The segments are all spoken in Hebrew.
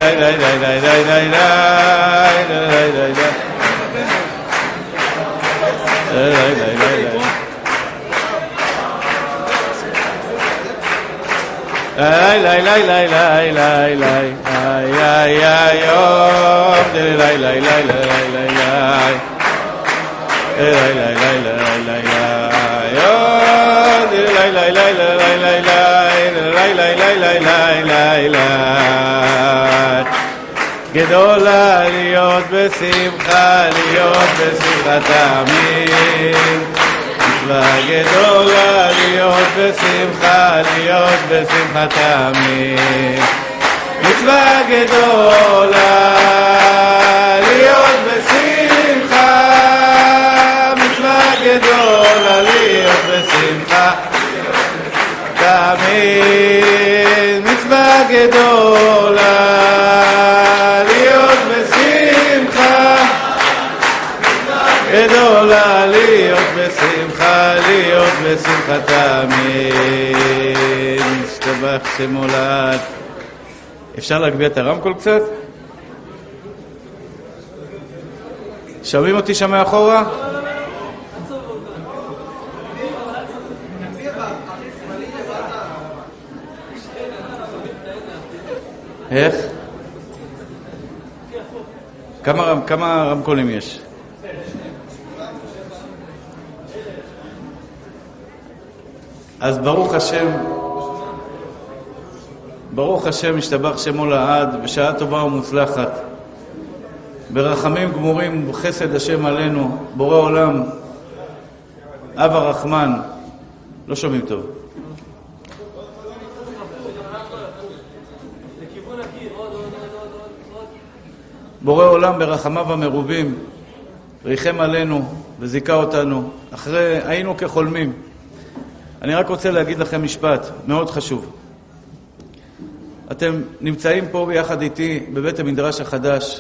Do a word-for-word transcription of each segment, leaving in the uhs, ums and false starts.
Lay lay lay lay lay lay lay ay ay ay yom lay lay lay lay lay lay lay lay lay lay lay lay yom lay lay lay lay lay lay lay lay lay lay lay lay lay גדולה להיות בשמחה להיות בשמחת העמים מצווה גדולה להיות בשמחה להיות בשמחת העמים מצווה גדולה להיות בשמחה מצווה גדולה להיות בשמחה תמיד מצווה גדולה להיות בשמחה גדולה להיות בשמחה להיות בשמחה תמיד נשתבח שמולד. אפשר להגביה את הרמקול קצת? שומעים אותי שם מאחורה? איך? כמה, כמה רמקולים יש? אז ברוך השם, ברוך השם, משתבח שמו לעד, בשעה טובה ומוצלחת, ברחמים גמורים ובחסד השם עלינו, בורא עולם, אב הרחמן, לא שומעים טוב. בורא עולם ברחמיו המרובים, ריחם עלינו וזיקה אותנו, אחרי היינו כחולמים. אני רק רוצה להגיד לכם משפט מאוד חשוב. אתם נמצאים פה ביחד איתי בבית המדרש החדש.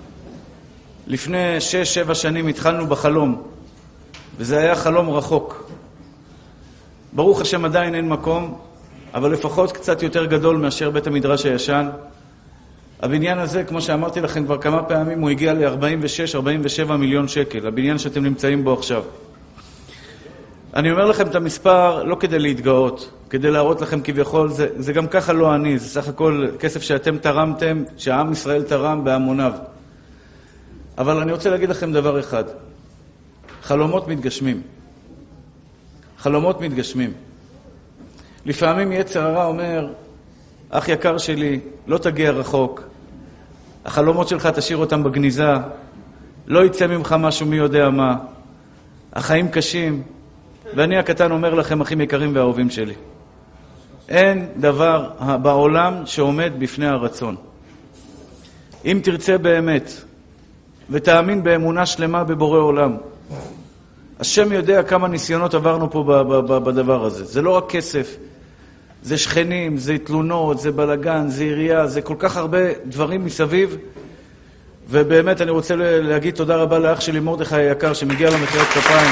לפני שש, שבע שנים התחלנו בחלום, וזה היה חלום רחוק. ברוך השם עדיין אין מקום, אבל לפחות קצת יותר גדול מאשר בית המדרש הישן. הבניין הזה, כמו שאמרתי לכם כבר כמה פעמים, הוא הגיע ל-ארבעים ושש ארבעים ושבע מיליון שקל, הבניין שאתם נמצאים בו עכשיו. אני אומר לכם את המספר לא כדי להתגאות, כדי להראות לכם כביכול, זה, זה גם ככה לא אני, זה סך הכל כסף שאתם תרמתם, שהעם ישראל תרם בהמוניו. אבל אני רוצה להגיד לכם דבר אחד, חלומות מתגשמים. חלומות מתגשמים. לפעמים יצר הרע אומר, אח יקר שלי, לא תגיע רחוק. החלומות שלך תשאיר אותם בגניזה. לא יצא ממך משהו מי יודע מה. החיים קשים. ואני הקטן אומר לכם, אחים יקרים ואהובים שלי. אין דבר בעולם שעומד בפני הרצון. אם תרצה באמת, ותאמין באמונה שלמה בבורא עולם, השם יודע כמה ניסיונות עברנו פה בדבר הזה. זה לא רק כסף. זה שכנים, זה תלונות, זה בלגן, זה עירייה, זה כל כך הרבה דברים מסביב. ובאמת אני רוצה להגיד תודה רבה לאח שלי מרדכי היקר שמגיע למחיאות כפיים.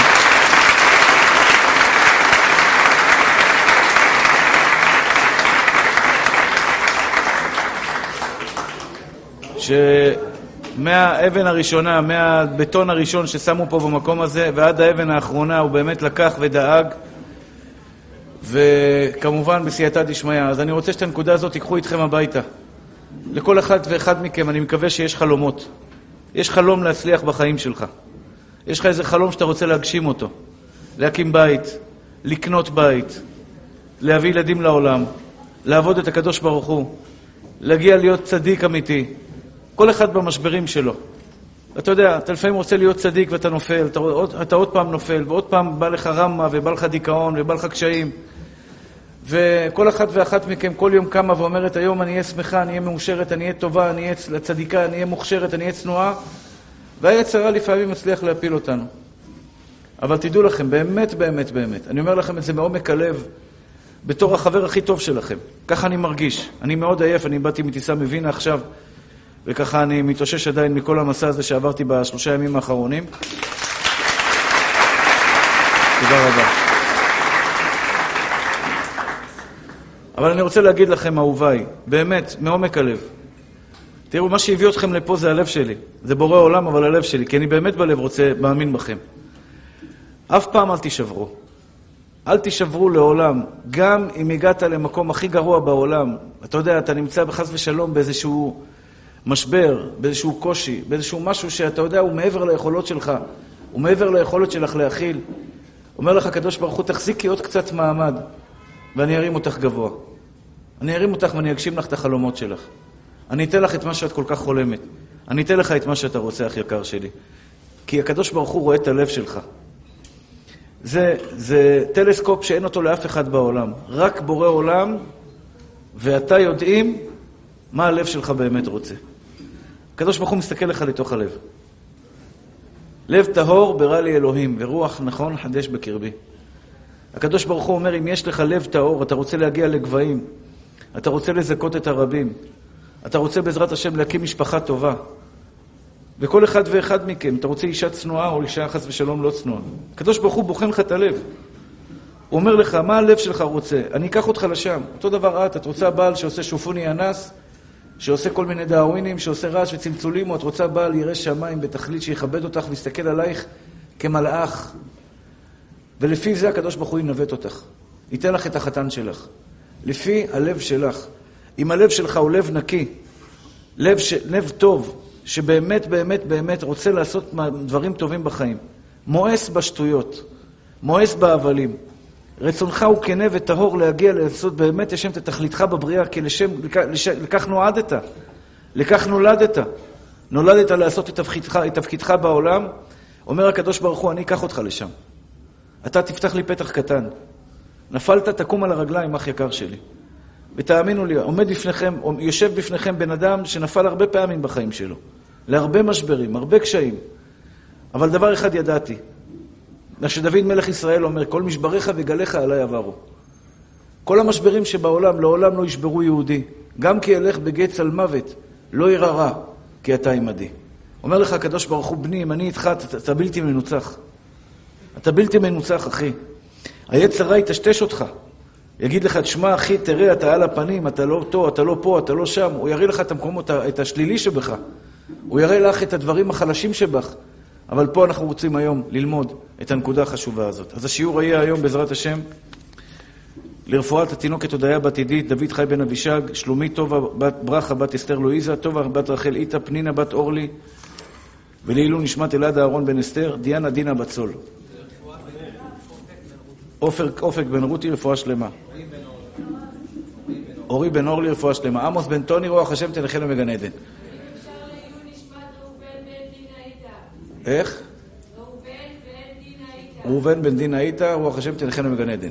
שמהאבן הראשונה, מהבטון הראשון ששמו פה במקום הזה ועד האבן האחרונה הוא באמת לקח ודאג. וכמובן בסייעתא דשמיא. אז אני רוצה שאת הנקודה הזאת תיקחו איתכם הביתה. לכל אחד ואחד מכם אני מקווה שיש חלומות. יש חלום להצליח בחיים שלך. יש לך איזה חלום שאתה רוצה להגשים אותו. להקים בית, לקנות בית, להביא ילדים לעולם, לעבוד את הקדוש ברוך הוא, להגיע להיות צדיק אמיתי. כל אחד במשברים שלו. אתה יודע, אתה לפעמים רוצה להיות צדיק ואתה נופל, אתה, אתה עוד פעם נופל, ועוד פעם בא לך רמה ובא לך דיכאון ובא לך קשיים. וכל אחד ואחת מכם כל יום קמה ואומרת, היום אני אהיה שמחה, אני אהיה מאושרת, אני אהיה טובה, אני אהיה צדיקה, אני אהיה מוכשרת, אני אהיה צנועה. והיצר הרע לפעמים מצליח להפיל אותנו. אבל תדעו לכם, באמת, באמת, באמת, אני אומר לכם את זה מעומק הלב, בתור החבר הכי טוב שלכם. ככה אני מרגיש. אני מאוד עייף, אני באתי מטיסה מווינה עכשיו, וככה אני מתאושש עדיין מכל המסע הזה שעברתי בשלושה ימים האחרונים. תודה רבה. אבל אני רוצה להגיד לכם, אהוביי, באמת, מעומק הלב, תראו, מה שהביא אתכם לפה זה הלב שלי. זה בורא עולם, אבל הלב שלי, כי אני באמת בלב רוצה, מאמין בכם. אף פעם אל תישברו. אל תישברו לעולם. גם אם הגעת למקום הכי גרוע בעולם, אתה יודע, אתה נמצא בחס ושלום באיזשהו משבר, באיזשהו קושי, באיזשהו משהו שאתה יודע, הוא מעבר ליכולות שלך, הוא מעבר ליכולת שלך להכיל. אומר לך הקדוש ברוך הוא, תחזיקי עוד קצת מעמד, ואני ארים אותך גבוה. אני ארים אותך ואני אגשים לך את החלומות שלך. אני אתן לך את מה שאת כל כך חולמת. אני אתן לך את מה שאתה רוצה, אח יקר שלי. כי הקדוש ברוך הוא רואה את הלב שלך. זה, זה טלסקופ שאין אותו לאף אחד בעולם. רק בורא עולם, ואתה יודעים מה הלב שלך באמת רוצה. הקדוש ברוך הוא מסתכל לך לתוך הלב. לב טהור ברא לי אלוהים, ורוח נכון חדש בקרבי. הקדוש ברוך הוא אומר, אם יש לך לב טהור, אתה רוצה להגיע לגבהים, אתה רוצה לזכות את הרבים, אתה רוצה בעזרת השם להקים משפחה טובה. וכל אחד ואחד מכם, אתה רוצה אישה צנועה או אישה חס ושלום לא צנועה. הקדוש ברוך הוא בוחן לך את הלב. הוא אומר לך, מה הלב שלך רוצה? אני אקח אותך לשם. אותו דבר את, את רוצה בעל שעושה שופוני אנס, שעושה כל מיני דאווינים, שעושה רעש וצלצולים, או את רוצה בעל ירא שמיים בתכלית שיכבד אותך ויסתכל עלייך כמלאך. ולפי זה הקדוש ברוך הוא ינווט אותך. ייתן לך את החתן שלך. לפי הלב שלך. אם הלב שלך הוא לב נקי, לב, ש... לב טוב, שבאמת, באמת, באמת רוצה לעשות דברים טובים בחיים. מואס בשטויות. מואס בהבלים. רצונך הוא כנה וטהור להגיע לעשות באמת לשם את תכליתך בבריאה, כי לשם, לש, לכך נועדת. לכך נולדת. נולדת לעשות את תפקידך, את תפקידך בעולם. אומר הקדוש ברוך הוא, אני אקח אותך לשם. אתה תפתח לי פתח קטן. נפלת, תקום על הרגליים, אח יקר שלי. ותאמינו לי, עומד בפניכם, יושב בפניכם בן אדם שנפל הרבה פעמים בחיים שלו. להרבה משברים, הרבה קשיים. אבל דבר אחד ידעתי. שדוד מלך ישראל אומר, כל משבריך וגליך עליי עברו. כל המשברים שבעולם, לעולם לא ישברו יהודי. גם כי ילך בגץ על מוות, לא ירא רע, כי אתה עמדי. אומר לך הקדוש ברוך הוא, בני, אם אני איתך, אתה, אתה בלתי מנוצח. אתה בלתי מנוצח, אחי. היצר רע יטשטש אותך. יגיד לך, תשמע, אחי, תראה, אתה על הפנים, אתה לא פה, אתה לא פה, אתה לא שם. הוא יראה לך את המקומות, את השלילי שבך. הוא יראה לך את הדברים החלשים שבך. אבל פה אנחנו רוצים היום ללמוד את הנקודה החשובה הזאת. אז השיעור יהיה היום בעזרת השם לרפואת התינוקת הודיה בת עידית, דוד חי בן אבישג, שלומית טובה בת ברכה בת אסתר לואיזה, טובה בת רחל איתה, פנינה בת אורלי, ולעילוי נשמת אלעד אהרון בן אסתר, דיאנה דינה בת סול. אופק, אופק בן רותי, רפואה שלמה. אורי בן אורלי, רפואה שלמה. עמוס בן טוני, רוח השם תנחם בגן עדן. איך? ראובן בן דינה איתה, רוח השם תנחם בגן עדן.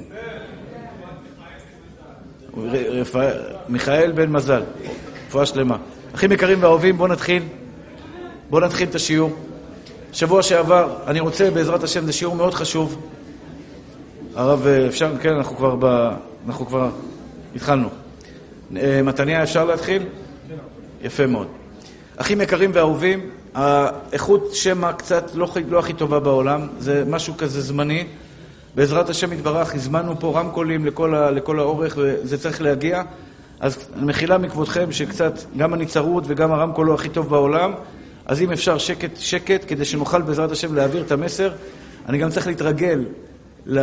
מיכאל בן מזל, רפואה שלמה. אחים יקרים ואהובים, בואו נתחיל. בואו נתחיל את השיעור. שבוע שעבר, אני רוצה בעזרת השם, זה שיעור מאוד חשוב. הרב, אפשר, כן, אנחנו כבר ב... אנחנו כבר התחלנו. מתניה, אפשר להתחיל? יפה מאוד. אחים יקרים ואהובים, האיכות שמה קצת לא, לא הכי טובה בעולם, זה משהו כזה זמני. בעזרת השם יתברך, הזמנו פה רמקולים לכל, ה, לכל האורך, וזה צריך להגיע. אז מחילה מכבודכם שקצת, גם אני צרוד וגם הרמקול לא הכי טוב בעולם, אז אם אפשר שקט, שקט, כדי שנוכל בעזרת השם להעביר את המסר. אני גם צריך להתרגל ל...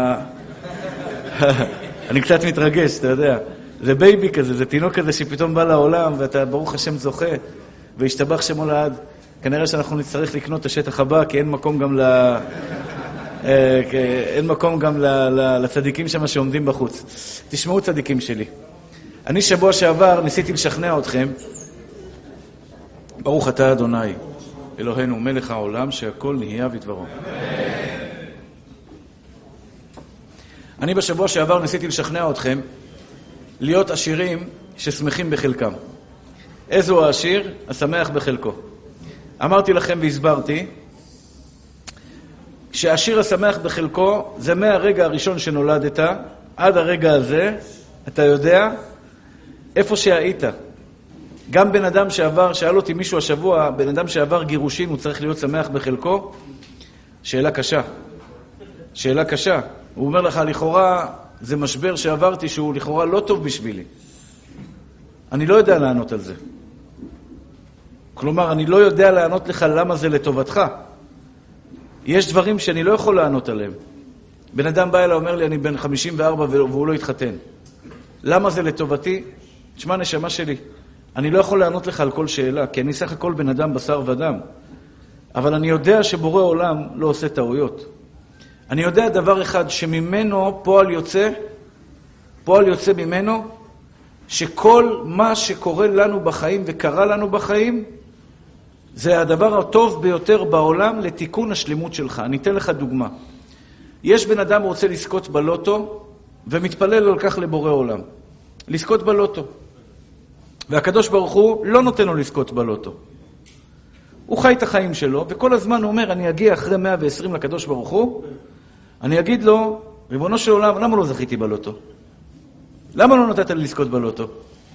אני קצת מתרגש, אתה יודע. זה בייבי כזה, זה תינוק כזה שפתאום בא לעולם, ואתה ברוך השם זוכה, והשתבח שמו לעד. כנראה שאנחנו נצטרך לקנות את השטח הבא, כי אין מקום גם ל... אין מקום גם לצדיקים שם שעומדים בחוץ. תשמעו צדיקים שלי. אני שבוע שעבר ניסיתי לשכנע אתכם, ברוך אתה אדוני, אלוהינו מלך העולם, שהכל נהיה בדברו. אני בשבוע שעבר ניסיתי לשכנע אתכם להיות עשירים ששמחים בחלקם. איזו העשיר? השמח בחלקו. אמרתי לכם והסברתי שהעשיר השמח בחלקו זה מהרגע הראשון שנולדת עד הרגע הזה, אתה יודע איפה שהיית. גם בן אדם שעבר, שאל אותי מישהו השבוע, בן אדם שעבר גירושין הוא צריך להיות שמח בחלקו? שאלה קשה. שאלה קשה. הוא אומר לך, לכאורה זה משבר שעברתי שהוא לכאורה לא טוב בשבילי. אני לא יודע לענות על זה. כלומר, אני לא יודע לענות לך למה זה לטובתך. יש דברים שאני לא יכול לענות עליהם. בן אדם בא אליי, אומר לי, אני בן חמישים וארבע והוא לא התחתן. למה זה לטובתי? תשמע, נשמה שלי, אני לא יכול לענות לך על כל שאלה, כי אני סך הכל בן אדם בשר ודם. אבל אני יודע שבורא עולם לא עושה טעויות. אני יודע דבר אחד, שממנו פועל יוצא, פועל יוצא ממנו, שכל מה שקורה לנו בחיים וקרה לנו בחיים, זה הדבר הטוב ביותר בעולם לתיקון השלימות שלך. אני אתן לך דוגמה. יש בן אדם רוצה לזכות בלוטו, ומתפלל על כך לבורא עולם. לזכות בלוטו. והקדוש ברוך הוא לא נותן לו לזכות בלוטו. הוא חי את החיים שלו, וכל הזמן הוא אומר, אני אגיע אחרי מאה ועשרים לקדוש ברוך הוא, אני אגיד לו, ריבונו של עולם, למה לא זכיתי בלוטו? למה לא נתת לי לזכות בלוטו?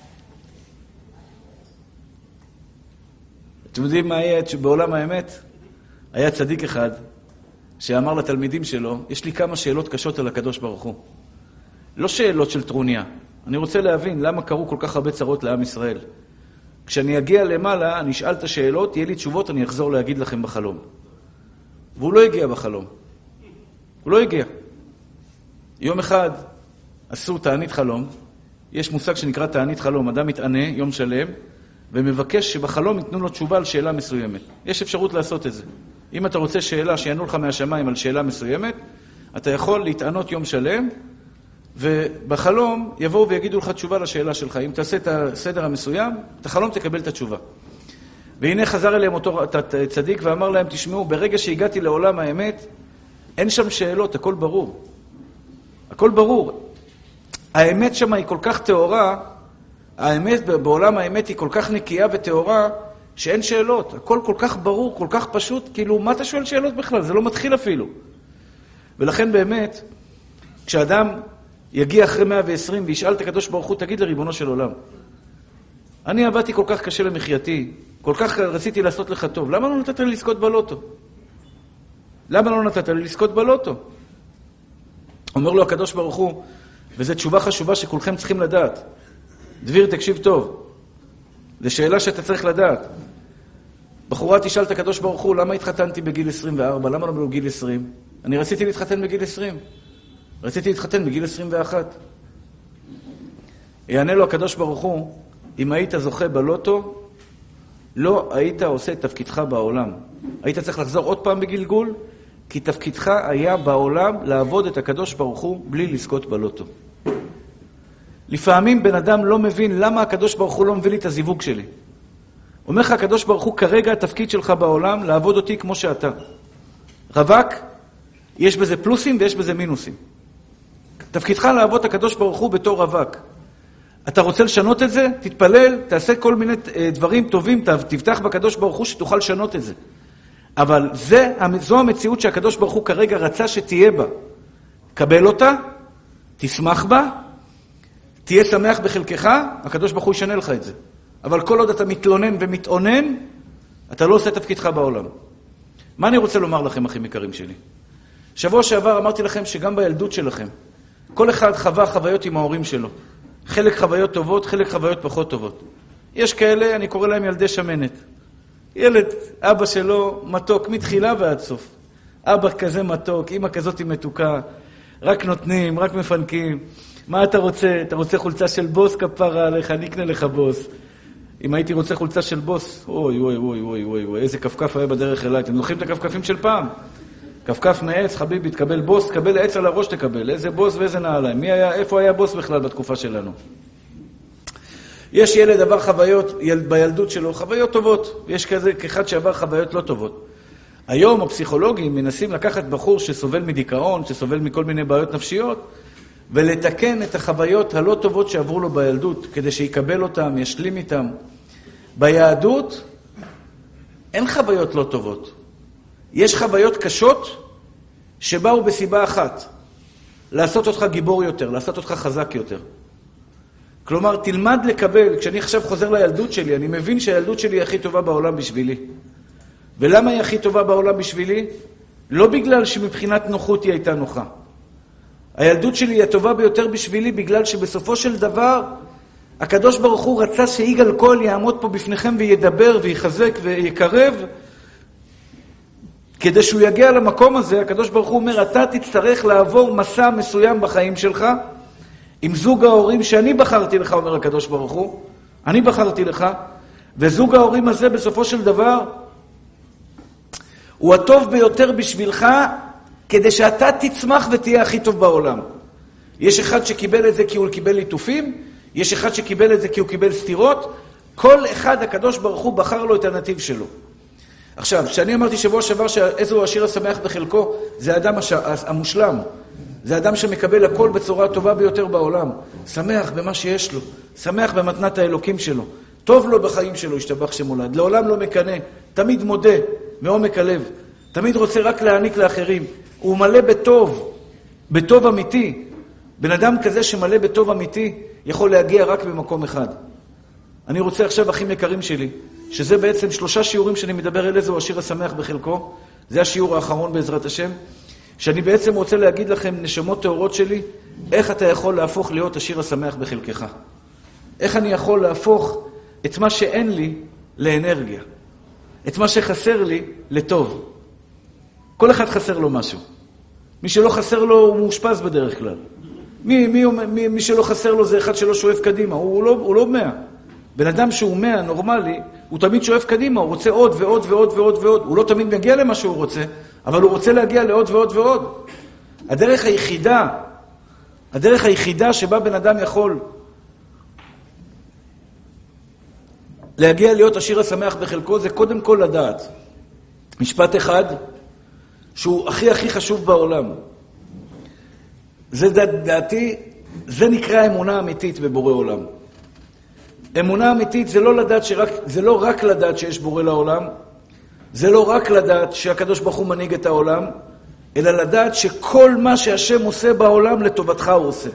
אתם יודעים מה היה בעולם האמת? היה צדיק אחד שאמר לתלמידים שלו, יש לי כמה שאלות קשות על הקדוש ברוך הוא. לא שאלות של טרוניה. אני רוצה להבין למה קרו כל כך הרבה צרות לעם ישראל. כשאני אגיע למעלה, אני אשאל את השאלות, יהיה לי תשובות, אני אחזור להגיד לכם בחלום. והוא לא הגיע בחלום. הוא לא הגיע. יום אחד עשו תענית חלום. יש מושג שנקרא תענית חלום. אדם מתענה יום שלם, ומבקש שבחלום ייתנו לו תשובה על שאלה מסוימת. יש אפשרות לעשות את זה. אם אתה רוצה שאלה שיענו לך מהשמיים על שאלה מסוימת, אתה יכול להתענות יום שלם, ובחלום יבואו ויגידו לך תשובה לשאלה שלך. אם תעשה את הסדר המסוים, את החלום תקבל את התשובה. והנה חזר אליהם אותו צדיק ואמר להם, תשמעו, ברגע שהגעתי לעולם האמת, אין שם שאלות, הכל ברור. הכל ברור. האמת שם היא כל כך תאורה, האמת בעולם האמת היא כל כך נקייה ותאורה, שאין שאלות. הכל כל כך ברור, כל כך פשוט, כאילו מה אתה שואל שאלות בכלל? זה לא מתחיל אפילו. ולכן באמת, כשאדם יגיע אחרי מאה ועשרים וישאל את הקדוש ברוך הוא, תגיד לריבונו של עולם, אני עבדתי כל כך קשה למחייתי, כל כך רציתי לעשות לך טוב, למה לא נתת לי לזכות בלוטו? למה לא נתת לי לזכות בלוטו? אומר לו הקדוש ברוך הוא, וזו תשובה חשובה שכולכם צריכים לדעת. דביר, תקשיב טוב. זו שאלה שאתה צריך לדעת. בחורה תשאל את הקדוש ברוך הוא, למה התחתנתי בגיל עשרים וארבע? למה לא בגיל עשרים? אני רציתי להתחתן בגיל עשרים. רציתי להתחתן בגיל עשרים ואחת. יענה לו הקדוש ברוך הוא, אם היית זוכה בלוטו, לא היית עושה את תפקידך בעולם. היית צריך לחזור עוד פעם בגלגול, כי תפקידך היה בעולם לעבוד את הקדוש ברוך הוא בלי לזכות בלוטו. לפעמים בן אדם לא מבין למה הקדוש ברוך הוא לא מביא לי את הזיווג שלי. אומר לך הקדוש ברוך הוא, כרגע התפקיד שלך בעולם לעבוד אותי כמו שאתה. רווק, יש בזה פלוסים ויש בזה מינוסים. תפקידך לעבוד את הקדוש ברוך הוא בתור רווק. אתה רוצה לשנות את זה? תתפלל, תעשה כל מיני דברים טובים, תבטח בקדוש ברוך הוא שתוכל לשנות את זה. אבל זה, זו המציאות שהקדוש ברוך הוא כרגע רצה שתהיה בה. קבל אותה, תשמח בה, תהיה שמח בחלקך, הקדוש ברוך הוא ישנה לך את זה. אבל כל עוד אתה מתלונן ומתעונן, אתה לא עושה תפקידך בעולם. מה אני רוצה לומר לכם, אחים יקרים שלי? שבוע שעבר אמרתי לכם שגם בילדות שלכם, כל אחד חווה חוויות עם ההורים שלו. חלק חוויות טובות, חלק חוויות פחות טובות. יש כאלה, אני קורא להם ילדי שמנת. ילד, אבא שלו מתוק מתחילה ועד סוף. אבא כזה מתוק, אמא כזאת מתוקה, רק נותנים, רק מפנקים. מה אתה רוצה? אתה רוצה חולצה של בוס? כפרה עליך, נקנה לך בוס. אם הייתי רוצה חולצה של בוס, אוי, אוי, אוי, אוי, אוי, אוי, איזה כפכף היה בדרך אליי. אתם זוכרים את הכפכפים של פעם? כפכף מעץ, חביבי, תקבל בוס, תקבל עץ על הראש, תקבל. איזה בוס ואיזה נעליים. מי היה, איפה היה בוס בכלל בתקופה שלנו? יש ילד עבר חוויות ילד, בילדות שלו, חוויות טובות. יש כזה כאחד שעבר חוויות לא טובות. היום הפסיכולוגים מנסים לקחת בחור שסובל מדיכאון, שסובל מכל מיני בעיות נפשיות, ולתקן את החוויות הלא טובות שעברו לו בילדות, כדי שיקבל אותם, ישלים איתם. ביהדות אין חוויות לא טובות. יש חוויות קשות שבאו בסיבה אחת. לעשות אותך גיבור יותר, לעשות אותך חזק יותר. כלומר, תלמד לקבל, כשאני עכשיו חוזר לילדות שלי, אני מבין שהילדות שלי היא הכי טובה בעולם בשבילי. ולמה היא הכי טובה בעולם בשבילי? לא בגלל שמבחינת נוחות היא הייתה נוחה. הילדות שלי היא הטובה ביותר בשבילי, בגלל שבסופו של דבר, הקדוש ברוך הוא רצה שיגאל כהן יעמוד פה בפניכם וידבר ויחזק ויקרב, כדי שהוא יגיע למקום הזה. הקדוש ברוך הוא אומר, אתה תצטרך לעבור מסע מסוים בחיים שלך, עם זוג ההורים שאני בחרתי לך, אומר הקדוש ברוך הוא, אני בחרתי לך, וזוג ההורים הזה בסופו של דבר, הוא הטוב ביותר בשבילך, כדי שאתה תצמח ותהיה הכי טוב בעולם. יש אחד שקיבל את זה כי הוא קיבל ליטופים, יש אחד שקיבל את זה כי הוא קיבל סתירות, כל אחד הקדוש ברוך הוא בחר לו את הנתיב שלו. עכשיו, כשאני אמרתי שבוע שעבר שאיזו השיר השמח בחלקו, זה האדם הש... המושלם. זה האדם שמקבל הכל בצורה הטובה ביותר בעולם. שמח במה שיש לו, שמח במתנת האלוקים שלו. טוב לו בחיים שלו, השתבח שמולד. לעולם לא מקנה, תמיד מודה מעומק הלב. תמיד רוצה רק להעניק לאחרים. הוא מלא בטוב, בטוב אמיתי. בן אדם כזה שמלא בטוב אמיתי יכול להגיע רק במקום אחד. אני רוצה עכשיו, אחים יקרים שלי, שזה בעצם שלושה שיעורים שאני מדבר אל איזה הוא השיר השמח בחלקו. זה השיעור האחרון בעזרת השם. שאני בעצם רוצה להגיד לכם, נשמות תאורות שלי, איך אתה יכול להפוך להיות השיר השמח בחלקך. איך אני יכול להפוך את מה שאין לי לאנרגיה. את מה שחסר לי לטוב. כל אחד חסר לו משהו. מי שלא חסר לו הוא מאושפז בדרך כלל. מי, מי, מי, מי שלא חסר לו זה אחד שלא שואף קדימה. הוא לא, הוא לא מאה. בן אדם שהוא מאה, נורמלי, הוא תמיד שואף קדימה. הוא רוצה עוד ועוד ועוד ועוד ועוד. הוא לא תמיד מגיע למה שהוא רוצה, אבל הוא רוצה להגיע לעוד ועוד ועוד. הדרך היחידה, הדרך היחידה שבה בן אדם יכול להגיע להיות השיר השמח בחלקו, זה קודם כל לדעת. משפט אחד, שהוא הכי הכי חשוב בעולם. זה דעתי, זה נקרא אמונה אמיתית בבורא עולם. אמונה אמיתית זה לא לדעת שרק, זה לא רק לדעת שיש בורא לעולם, זה לא רק לדעת שהקדוש ברוך הוא מנהיג את העולם, אלא לדעת שכל מה שהשם עושה בעולם לטובתך הוא עושה.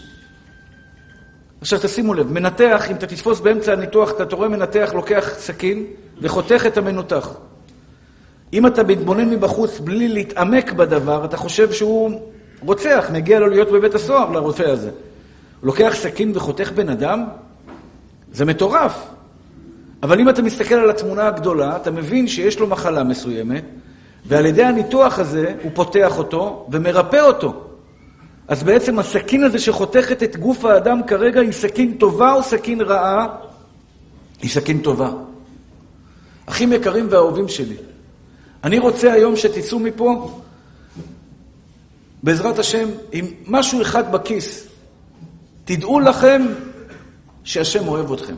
עכשיו תשימו לב, מנתח, אם אתה תתפוס באמצע הניתוח, אתה תורא מנתח, לוקח סכין וחותך את המנותח. אם אתה מתבונן מבחוץ בלי להתעמק בדבר, אתה חושב שהוא רוצח, מגיע לו להיות בבית הסוהר לרופא הזה. הוא לוקח סכין וחותך בן אדם, זה מטורף. אבל אם אתה מסתכל על התמונה הגדולה, אתה מבין שיש לו מחלה מסוימת, ועל ידי הניתוח הזה הוא פותח אותו ומרפא אותו. אז בעצם הסכין הזה שחותכת את גוף האדם כרגע היא סכין טובה או סכין רעה? היא סכין טובה. אחים יקרים ואהובים שלי, אני רוצה היום שתצאו מפה, בעזרת השם, עם משהו אחד בכיס. תדעו לכם שהשם אוהב אתכם.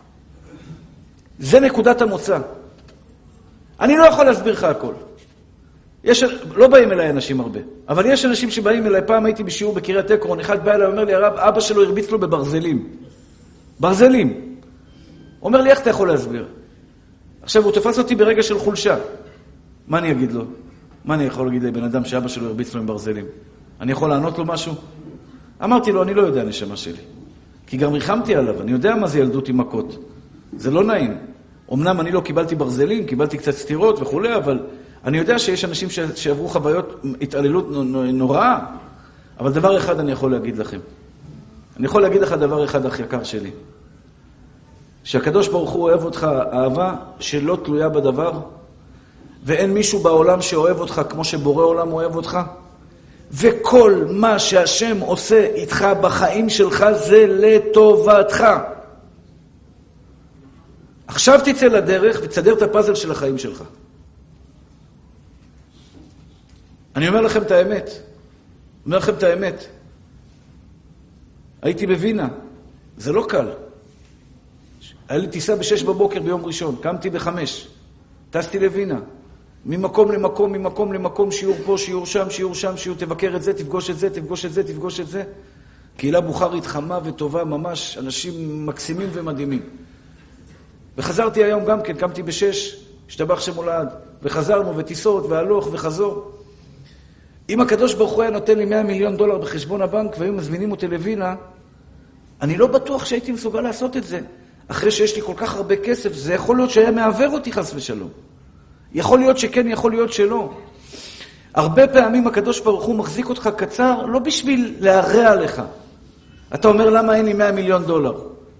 זה נקודת המוצא. אני לא יכול להסביר לך הכל. יש, לא באים אליי אנשים הרבה, אבל יש אנשים שבאים אליי. פעם הייתי בשיעור בקריית עקרון, אחד בא אליי, אומר לי, הרב, אבא שלו הרביץ לו בברזלים. ברזלים. אומר לי, איך אתה יכול להסביר? עכשיו, הוא תפס אותי ברגע של חולשה. מה אני אגיד לו? מה אני יכול להגיד לבן אדם שאבא שלו הרביץ לו עם ברזלים? אני יכול לענות לו משהו? אמרתי לו, אני לא יודע נשמה שלי. כי גם ריחמתי עליו, אני יודע מה זה ילדות עם מכות. זה לא נעים. אמנם אני לא קיבלתי ברזלים, קיבלתי קצת סתירות וכו', אבל אני יודע שיש אנשים שעברו חוויות התעללות נוראה. אבל דבר אחד אני יכול להגיד לכם. אני יכול להגיד לך דבר אחד, אח יקר שלי. שהקדוש ברוך הוא אוהב אותך אהבה שלא תלויה בדבר, ואין מישהו בעולם שאוהב אותך כמו שבורא עולם אוהב אותך. וכל מה שהשם עושה איתך בחיים שלך זה לטובתך. עכשיו תצא לדרך ותסדר את הפאזל של החיים שלך. אני אומר לכם את האמת. אומר לכם את האמת. הייתי בווינה. זה לא קל. היה לי טיסה בשש בבוקר ביום ראשון. קמתי בחמש. טסתי לווינה. ממקום למקום, ממקום למקום, שיעור פה, שיעור שם, שיעור שם, שיעור, תבקר את זה, תפגוש את זה, תפגוש את זה, תפגוש את זה. קהילה בוכרית חמה וטובה ממש, אנשים מקסימים ומדהימים. וחזרתי היום גם כן, קמתי בשש, השתבח שמולד, וחזרנו וטיסות והלוך וחזור. אם הקדוש ברוך הוא היה נותן לי מאה מיליון דולר בחשבון הבנק והיו מזמינים אותי לווינה, אני לא בטוח שהייתי מסוגל לעשות את זה. אחרי שיש לי כל כך הרבה כסף, זה יכול להיות שהיה מעבר אותי חס ושלום. יכול להיות שכן, יכול להיות שלא. הרבה פעמים הקדוש ברוך הוא מחזיק אותך קצר, לא בשביל להרע לך. אתה אומר, למה אין לי מאה מיליון דולר?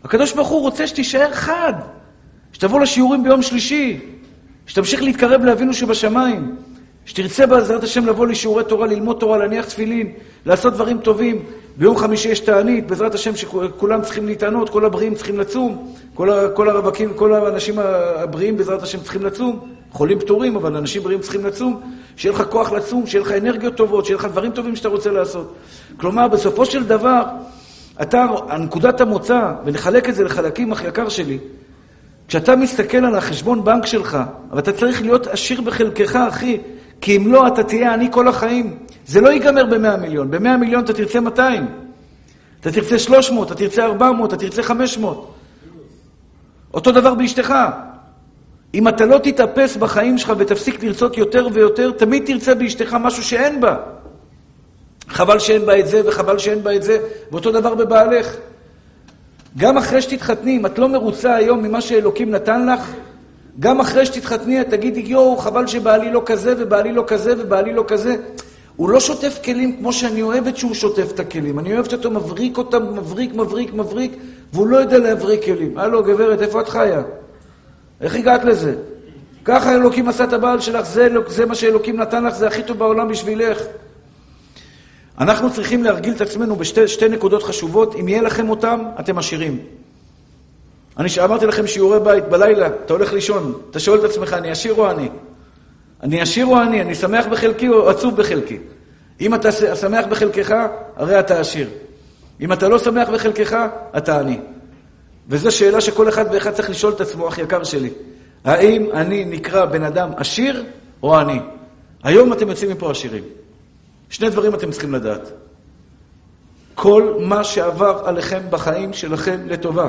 הקדוש ברוך הוא רוצה שתישאר חד, שתבוא לשיעורים ביום שלישי, שתמשיך להתקרב לאבינו שבשמיים, שתרצה בעזרת השם לבוא לשיעורי תורה, ללמוד תורה, להניח תפילין, לעשות דברים טובים. ביום חמישי יש תענית, בעזרת השם שכולם צריכים להתענות, כל הבריאים צריכים לצום, כל, ה, כל הרווקים, כל האנשים הבריאים בעזרת השם צריכים לצום, חולים פטורים, אבל אנשים בריאים צריכים לצום, שיהיה לך כוח לצום, שיהיה לך אנרגיות טובות, שיהיה לך דברים טובים שאתה רוצה לעשות. כלומר, בסופו של דבר, אתה, הנקודת המוצא, ונחלק את זה לחלקים, אח יקר שלי, כשאתה מסתכל על החשבון בנק שלך, אבל אתה צריך להיות עשיר בחלקך, אחי, כי אם לא, אתה תהיה עני כל החיים. זה לא ייגמר ב-מאה מיליון. ב-מאה מיליון אתה תרצה מאתיים. אתה תרצה שלוש מאות, אתה תרצה ארבע מאות, אתה תרצה חמש מאות. אותו דבר באשתך. אם אתה לא תתאפס בחיים שלך ותפסיק לרצות יותר ויותר, תמיד תרצה באשתך משהו שאין בה. חבל שאין בה את זה וחבל שאין בה את זה, ואותו דבר בבעלך. גם אחרי שתתחתני, אם את לא מרוצה היום ממה שאלוקים נתן לך, גם אחרי שתתחתני, תגידי, יואו, חבל שבעלי לא כזה, ובעלי לא כזה, ובעלי לא כזה. הוא לא שוטף כלים כמו שאני אוהבת שהוא שוטף את הכלים. אני אוהבת אותו מבריק אותם, מבריק, מבריק, מבריק, והוא לא יודע להבריק כלים. הלו, גברת, איפה את חיה? איך הגעת לזה? ככה אלוקים עשה את הבעל שלך, זה, זה מה שאלוקים נתן לך, זה הכי טוב בעולם בשבילך. אנחנו צריכים להרגיל את עצמנו בשתי שתי נקודות חשובות. אם יהיה לכם אותם, אתם עשירים. אני אמרתי לכם שיעורי בית בלילה, אתה הולך לישון, אתה שואל את עצמך, אני עשיר או אני? אני עשיר או אני? אני שמח בחלקי או עצוב בחלקי? אם אתה שמח בחלקך, הרי אתה עשיר. אם אתה לא שמח בחלקך, אתה עני. וזו שאלה שכל אחד ואחד צריך לשאול את עצמו, אח יקר שלי. האם אני נקרא בן אדם עשיר או עני? היום אתם יוצאים מפה עשירים. שני דברים אתם צריכים לדעת. כל מה שעבר עליכם בחיים שלכם לטובה.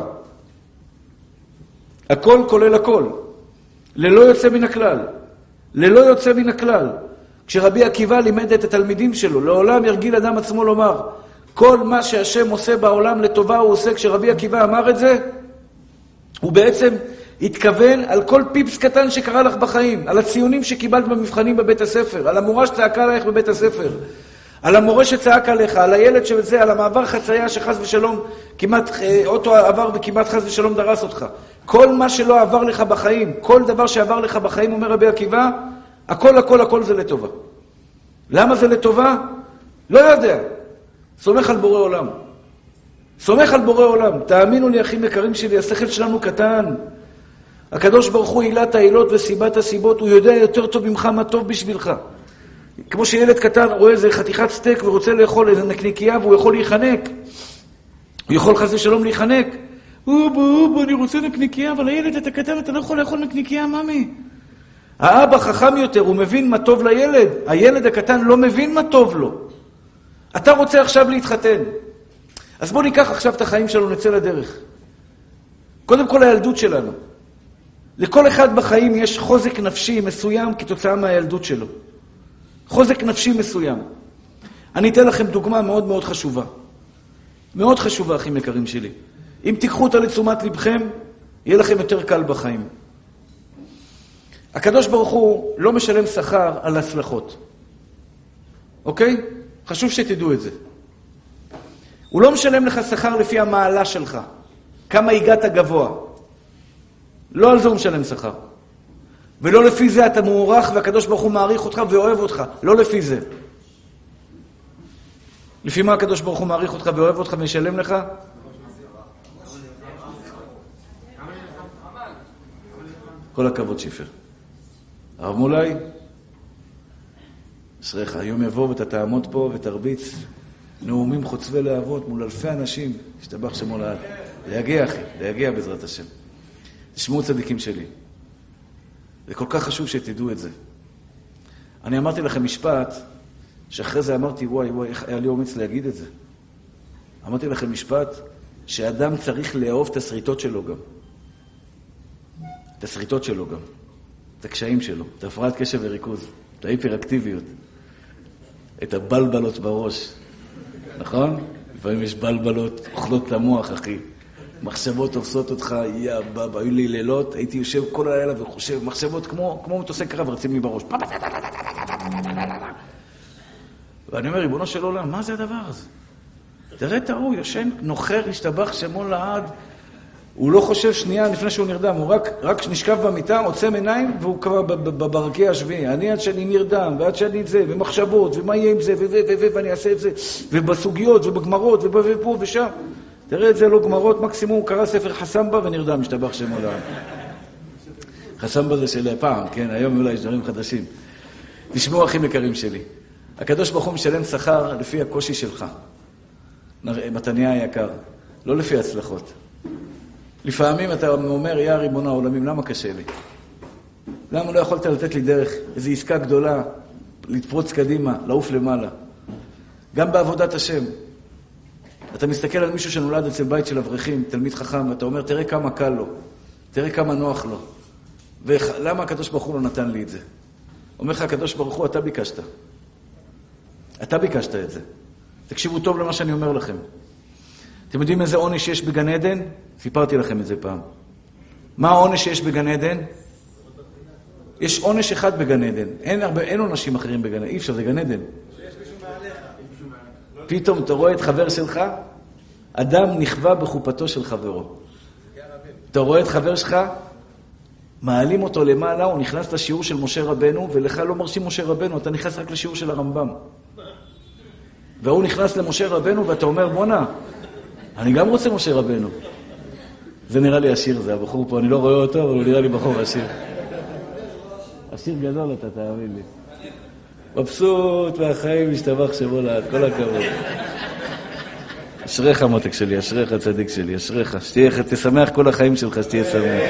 הכל כולל הכל. ללא יוצא מן הכלל. ללא יוצא מן הכלל. כשרבי עקיבא לימד את התלמידים שלו, לעולם ירגיל אדם עצמו לומר, כל מה שהשם עושה בעולם לטובה הוא עושה. כשרבי עקיבא אמר את זה, הוא בעצם התכוון על כל פיפס קטן שקרה לך בחיים, על הציונים שקיבלת במבחנים בבית הספר, על המורה שצעקה עליך בבית הספר, על המורה שצעק עליך, על הילד שזה, על המעבר חצייה שחס ושלום, כמעט אוטו עבר וכמעט חס ושלום דרס אותך. כל מה שלא עבר לך בחיים, כל דבר שעבר לך בחיים, אומר רבי עקיבא, הכל הכל הכל זה לטובה. למה זה לטובה? לא יודע. סומך על בורא עולם. סומך על בורא עולם. תאמינו לי, אחים יקרים שלי, השכל שלנו קטן. הקדוש ברוך הוא עילת העילות וסיבת הסיבות, הוא יודע יותר טוב ממך מה טוב בשבילך. כמו שילד קטן רואה איזה חתיכת סטייק ורוצה לאכול איזה נקניקייה והוא יכול להיחנק. הוא יכול חס ושלום להיחנק. אובו, אובו, אני רוצה נקניקייה, אבל הילד אתה קטן, אתה לא יכול לאכול נקניקייה, ממי. האבא חכם יותר, הוא מבין מה טוב לילד. הילד הקטן לא מבין מה טוב לו. אתה רוצה עכשיו להתחתן. אז בוא ניקח עכשיו את החיים שלנו, נצא לדרך. קודם כל הילדות שלנו. לכל אחד בחיים יש חוזק נפשי מסוים כתוצאה מהילדות שלו. חוזק נפשי מסוים. אני אתן לכם דוגמה מאוד מאוד חשובה. מאוד חשובה, אחים יקרים שלי. אם תיקחו אותה לתשומת לבכם, יהיה לכם יותר קל בחיים. הקדוש ברוך הוא לא משלם שכר על הצלחות. אוקיי? חשוב שתדעו את זה. הוא לא משלם לך שכר לפי המעלה שלך. כמה הגעת גבוה. לא על זה הוא משלם שכר. ולא לפי זה אתה מוערך והקדוש ברוך הוא מעריך אותך ואוהב אותך. לא לפי זה. לפי מה הקדוש ברוך הוא מעריך אותך ואוהב אותך וישלם לך? כל הכבוד שיפר. הרב מולי, אשריך, היום יבוא ואתה תעמוד פה ותרביץ נאומים חוצבי להבות מול אלפי אנשים, השתבח שמו לעד. להגיע אחי, להגיע בעזרת השם. תשמעו צדיקים שלי. זה כל כך חשוב שתדעו את זה. אני אמרתי לכם משפט, שאחרי זה אמרתי, וואי וואי, איך היה לי אומץ להגיד את זה. אמרתי לכם משפט, שאדם צריך לאהוב את הסריטות שלו גם. את הסריטות שלו גם. את הקשיים שלו, את הפרעת קשב וריכוז, את ההיפראקטיביות, את הבלבלות בראש. נכון? לפעמים יש בלבלות, אוכלות למוח, אחי. מחשבות תופסות אותך, יא בבא, היו לי לילות, הייתי יושב כל הלילה וחושב, מחשבות כמו, כמו מטוסי קרב רצים לי בראש. ואני אומר, ריבונו של עולם, מה זה הדבר הזה? תראה את ההוא, יושן, נוחר, השתבח שמו לעד, הוא לא חושב שנייה לפני שהוא נרדם, הוא רק, רק נשכב במיטה, עוצם עיניים, והוא כבר בברקיע השביעי. אני עד שאני נרדם, ועד שאני את זה, ומחשבות, ומה יהיה עם זה, ואני אעשה את זה, ובסוגיות, ובגמרות, ופה ושם. תראה את זה, לא גמרות, מקסימום הוא קרא ספר חסמבה ונרדם, משתבח שם עולם. חסמבה זה של פעם, כן, היום אולי יש דברים חדשים. תשמעו אחים יקרים שלי. הקדוש ברוך הוא משלם שכר לפי הקושי שלך. מתניה היקר, לא לפי הצלחות. לפעמים אתה אומר, יא ריבון העולמים, למה קשה לי? למה לא יכולת לתת לי דרך איזו עסקה גדולה, לתפרוץ קדימה, לעוף למעלה? גם בעבודת השם. אתה מסתכל על מישהו שנולד אצל בית של אברכים, תלמיד חכם, ואתה אומר, תראה כמה קל לו, תראה כמה נוח לו. ולמה הקדוש ברוך הוא לא נתן לי את זה? אומר לך הקדוש ברוך הוא, אתה ביקשת. אתה ביקשת את זה. תקשיבו טוב למה שאני אומר לכם. אתם יודעים איזה עונש יש בגן עדן? סיפרתי לכם את זה פעם. מה העונש שיש בגן עדן? יש עונש אחד בגן עדן. אין הרבה, אין עונשים אחרים בגן עדן. אי אפשר, זה גן עדן. פתאום אתה רואה את חבר שלך, אדם נכווה בחופתו של חברו. אתה רואה את חבר שלך, מעלים אותו למעלה, הוא נכנס לשיעור של משה רבנו, ולך לא מרשים משה רבנו, אתה נכנס רק לשיעור של הרמב"ם. והוא נכנס למשה רבנו, ואתה אומר, בונה, אני גם רוצה משה רבנו. זה נראה לי עשיר, זה הבחור פה, אני לא רואה אותו, אבל הוא נראה לי בחור עשיר. עשיר גדול אתה, תאמין לי. מבסוט מהחיים, משתבח שמו לעד, כל הכבוד. אשריך מותק שלי, אשריך צדיק שלי, אשריך. שתהיה, תשמח כל החיים שלך, שתהיה שמח.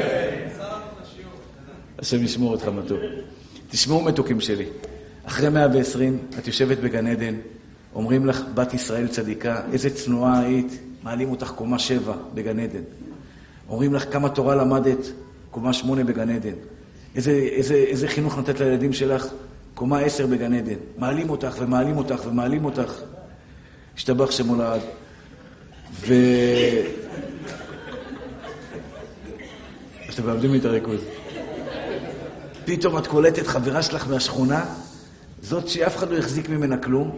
השם ישמור אותך מתוק. תשמעו מתוקים שלי. אחרי מאה ועשרים, את יושבת בגן עדן, אומרים לך, בת ישראל צדיקה, איזה צנועה היית, מעלים אותך קומה שבע בגן עדן. אומרים לך כמה תורה למדת, קומה שמונה בגן עדן. איזה, איזה, איזה חינוך נתת לילדים שלך, קומה עשר בגן עדן. מעלים אותך ומעלים אותך ומעלים אותך. השתבח שמו לעד. ו... אתם מאבדים לי את הריכוז. פתאום את קולטת חברה שלך מהשכונה, זאת שאף אחד לא יחזיק ממנה כלום,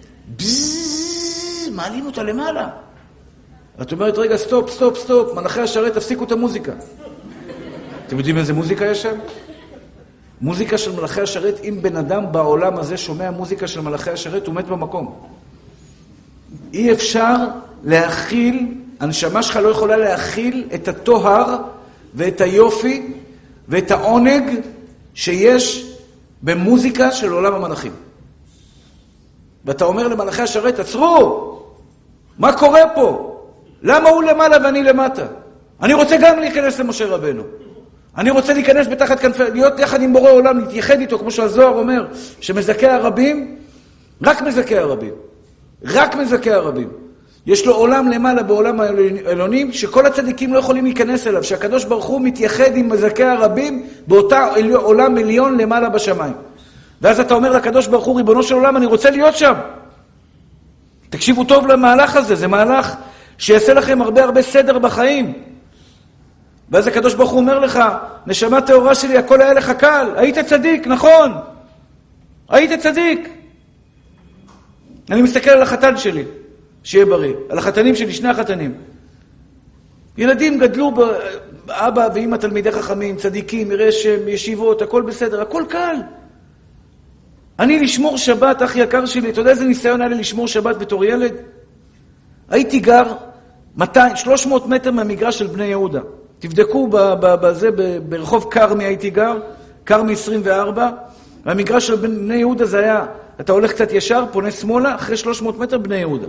בזזז, מעלים אותה למעלה. את אומרת, רגע, סטופ, סטופ, סטופ, מלאכי השרת, תפסיקו את המוזיקה. אתם יודעים איזה מוזיקה יש שם? מוזיקה של מלאכי השרת, אם בן אדם בעולם הזה שומע מוזיקה של מלאכי השרת, הוא מת במקום. אי אפשר להכיל, הנשמה שלך לא יכולה להכיל את התוהר ואת היופי ואת העונג שיש במוזיקה של עולם המלאכים. ואתה אומר למלאכי השרת, עצרו! מה קורה פה? למה הוא למעלה ואני למטה? אני רוצה גם להיכנס למשה רבנו. אני רוצה להיכנס בתחת כנפי, להיות יחד עם בורא עולם, להתייחד איתו, כמו שהזוהר אומר, שמזכה הרבים, רק מזכה הרבים. רק מזכה הרבים. יש לו עולם למעלה בעולם העליונים, שכל הצדיקים לא יכולים להיכנס אליו, שהקדוש ברוך הוא מתייחד עם מזכה הרבים, באותה עולם עליון למעלה בשמיים. ואז אתה אומר לקדוש ברוך הוא, ריבונו של עולם, אני רוצה להיות שם. תקשיבו טוב למהלך הזה, זה מהלך שיעשה לכם הרבה הרבה סדר בחיים. ואז הקדוש ברוך הוא אומר לך, נשמה טהורה שלי, הכל היה לך קל, היית צדיק, נכון. היית צדיק. אני מסתכל על החתן שלי, שיהיה בריא. על החתנים שלי, שני החתנים. ילדים גדלו, אבא ואמא תלמידי חכמים, צדיקים, מרשם, ישיבות, הכל בסדר, הכל קל. אני לשמור שבת, אח יקר שלי, אתה יודע איזה ניסיון היה לי לשמור שבת בתור ילד? הייתי גר מאתיים, שלוש מאות מטר מהמגרש של בני יהודה. תבדקו בזה, ברחוב קרמי הייתי גר, קרמי עשרים וארבע, והמגרש של בני יהודה זה היה, אתה הולך קצת ישר, פונה שמאלה, אחרי שלוש מאות מטר בני יהודה.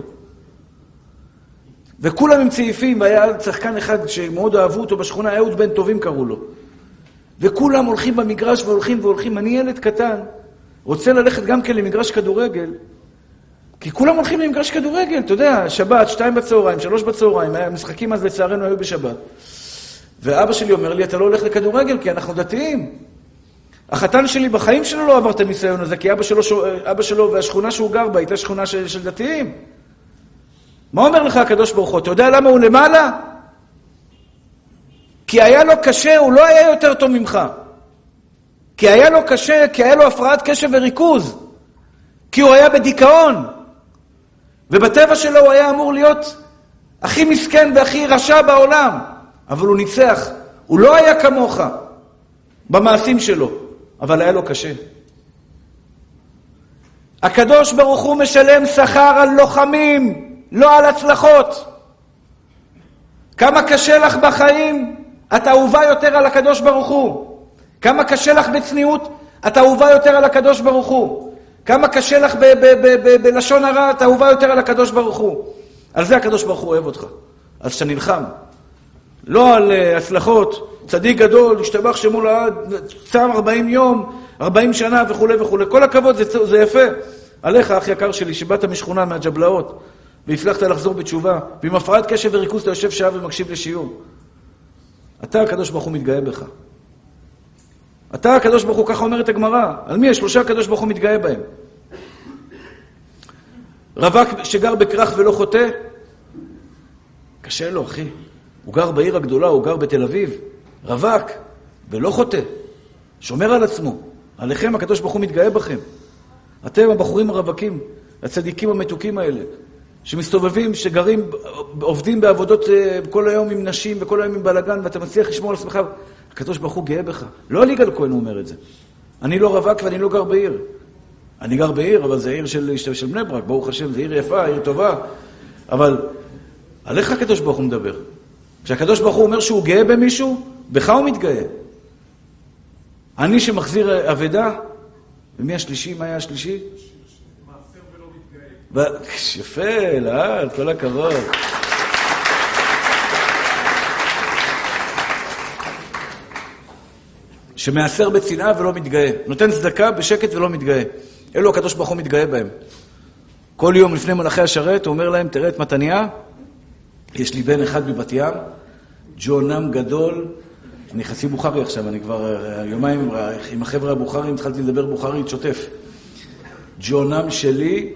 וכולם עם צעיפים, והיה שחקן אחד שמאוד אהבו אותו בשכונה, אהוד בן טובים קראו לו. וכולם הולכים במגרש והולכים והולכים, אני ילד קטן, רוצה ללכת גם כן למגרש כדורגל, כי כולם הולכים למגרש כדורגל, אתה יודע, שבת, שתיים בצהריים, שלוש בצהריים, המשחקים אז לצערנו היו בשבת. ואבא שלי אומר לי, אתה לא הולך לכדורגל, כי אנחנו דתיים. החתן שלי בחיים שלו לא עבר את הניסיון הזה, כי אבא שלו, אבא שלו והשכונה שהוא גר בה הייתה שכונה של, של דתיים. מה אומר לך הקדוש ברוך הוא? אתה יודע למה הוא למעלה? כי היה לו קשה, הוא לא היה יותר טוב ממך. כי היה לו קשה, כי היה לו הפרעת קשב וריכוז. כי הוא היה בדיכאון. ובטבע שלו הוא היה אמור להיות הכי מסכן והכי רשע בעולם. אבל הוא ניצח. הוא לא היה כמוך במעשים שלו, אבל היה לו קשה. הקדוש ברוך הוא משלם שכר על לוחמים, לא על הצלחות. כמה קשה לך בחיים, את אהובה יותר על הקדוש ברוך הוא. כמה קשה לך בצניעות, את אהובה יותר על הקדוש ברוך הוא. כמה קשה לך ב- ב- ב- ב- בלשון הרע, את אהובה יותר על הקדוש ברוך הוא. על זה הקדוש ברוך הוא אוהב אותך. אז שאתה נלחם. לא על uh, הצלחות, צדיק גדול, השתבח שמו לעד, צם ארבעים יום, ארבעים שנה וכו' וכו'. כל הכבוד, זה, זה יפה. עליך, אח יקר שלי, שבאת משכונה מהג'בלאות, והצלחת לחזור בתשובה, ועם הפרעת קשב וריכוז אתה יושב שעה ומקשיב לשיעור. אתה, הקדוש ברוך הוא, מתגאה בך. אתה, הקדוש ברוך הוא, ככה אומרת הגמרא. על מי יש? שלושה הקדוש ברוך הוא מתגאה בהם. רווק שגר בכרך ולא חוטא, קשה לו, אחי. הוא גר בעיר הגדולה, הוא גר בתל אביב. רווק ולא חוטא. שומר על עצמו. עליכם, הקדוש ברוך הוא מתגאה בכם. אתם, הבחורים הרווקים, הצדיקים המתוקים האלה, שמסתובבים, שגרים, עובדים בעבודות כל היום עם נשים וכל היום עם בלגן, ואתה מצליח לשמור על עצמך, הקדוש ברוך הוא גאה בך. לא על יגאל כהן הוא אומר את זה. אני לא רווק ואני לא גר בעיר. אני גר בעיר, אבל זה עיר של, של, של בני ברק, ברוך השם, זה עיר יפה, עיר טובה. אבל עליך הקדוש ברוך הוא מדבר. כשהקדוש ברוך הוא אומר שהוא גאה במישהו, בך הוא מתגאה. אני שמחזיר אבדה, ומי השלישי? מה היה השלישי? מעשר ולא מתגאה. יפה, לא, כל הכבוד. שמעשר בצנעה ולא מתגאה. נותן צדקה בשקט ולא מתגאה. אלו הקדוש ברוך הוא מתגאה בהם. כל יום לפני מלאכי השרת הוא אומר להם, תראה את מתניה, יש לי בן אחד בבת ים, ג'ונם גדול, אני חצי בוחרי עכשיו, אני כבר יומיים עם החבר'ה הבוחרים, התחלתי לדבר בוחרית שוטף. ג'ונם שלי,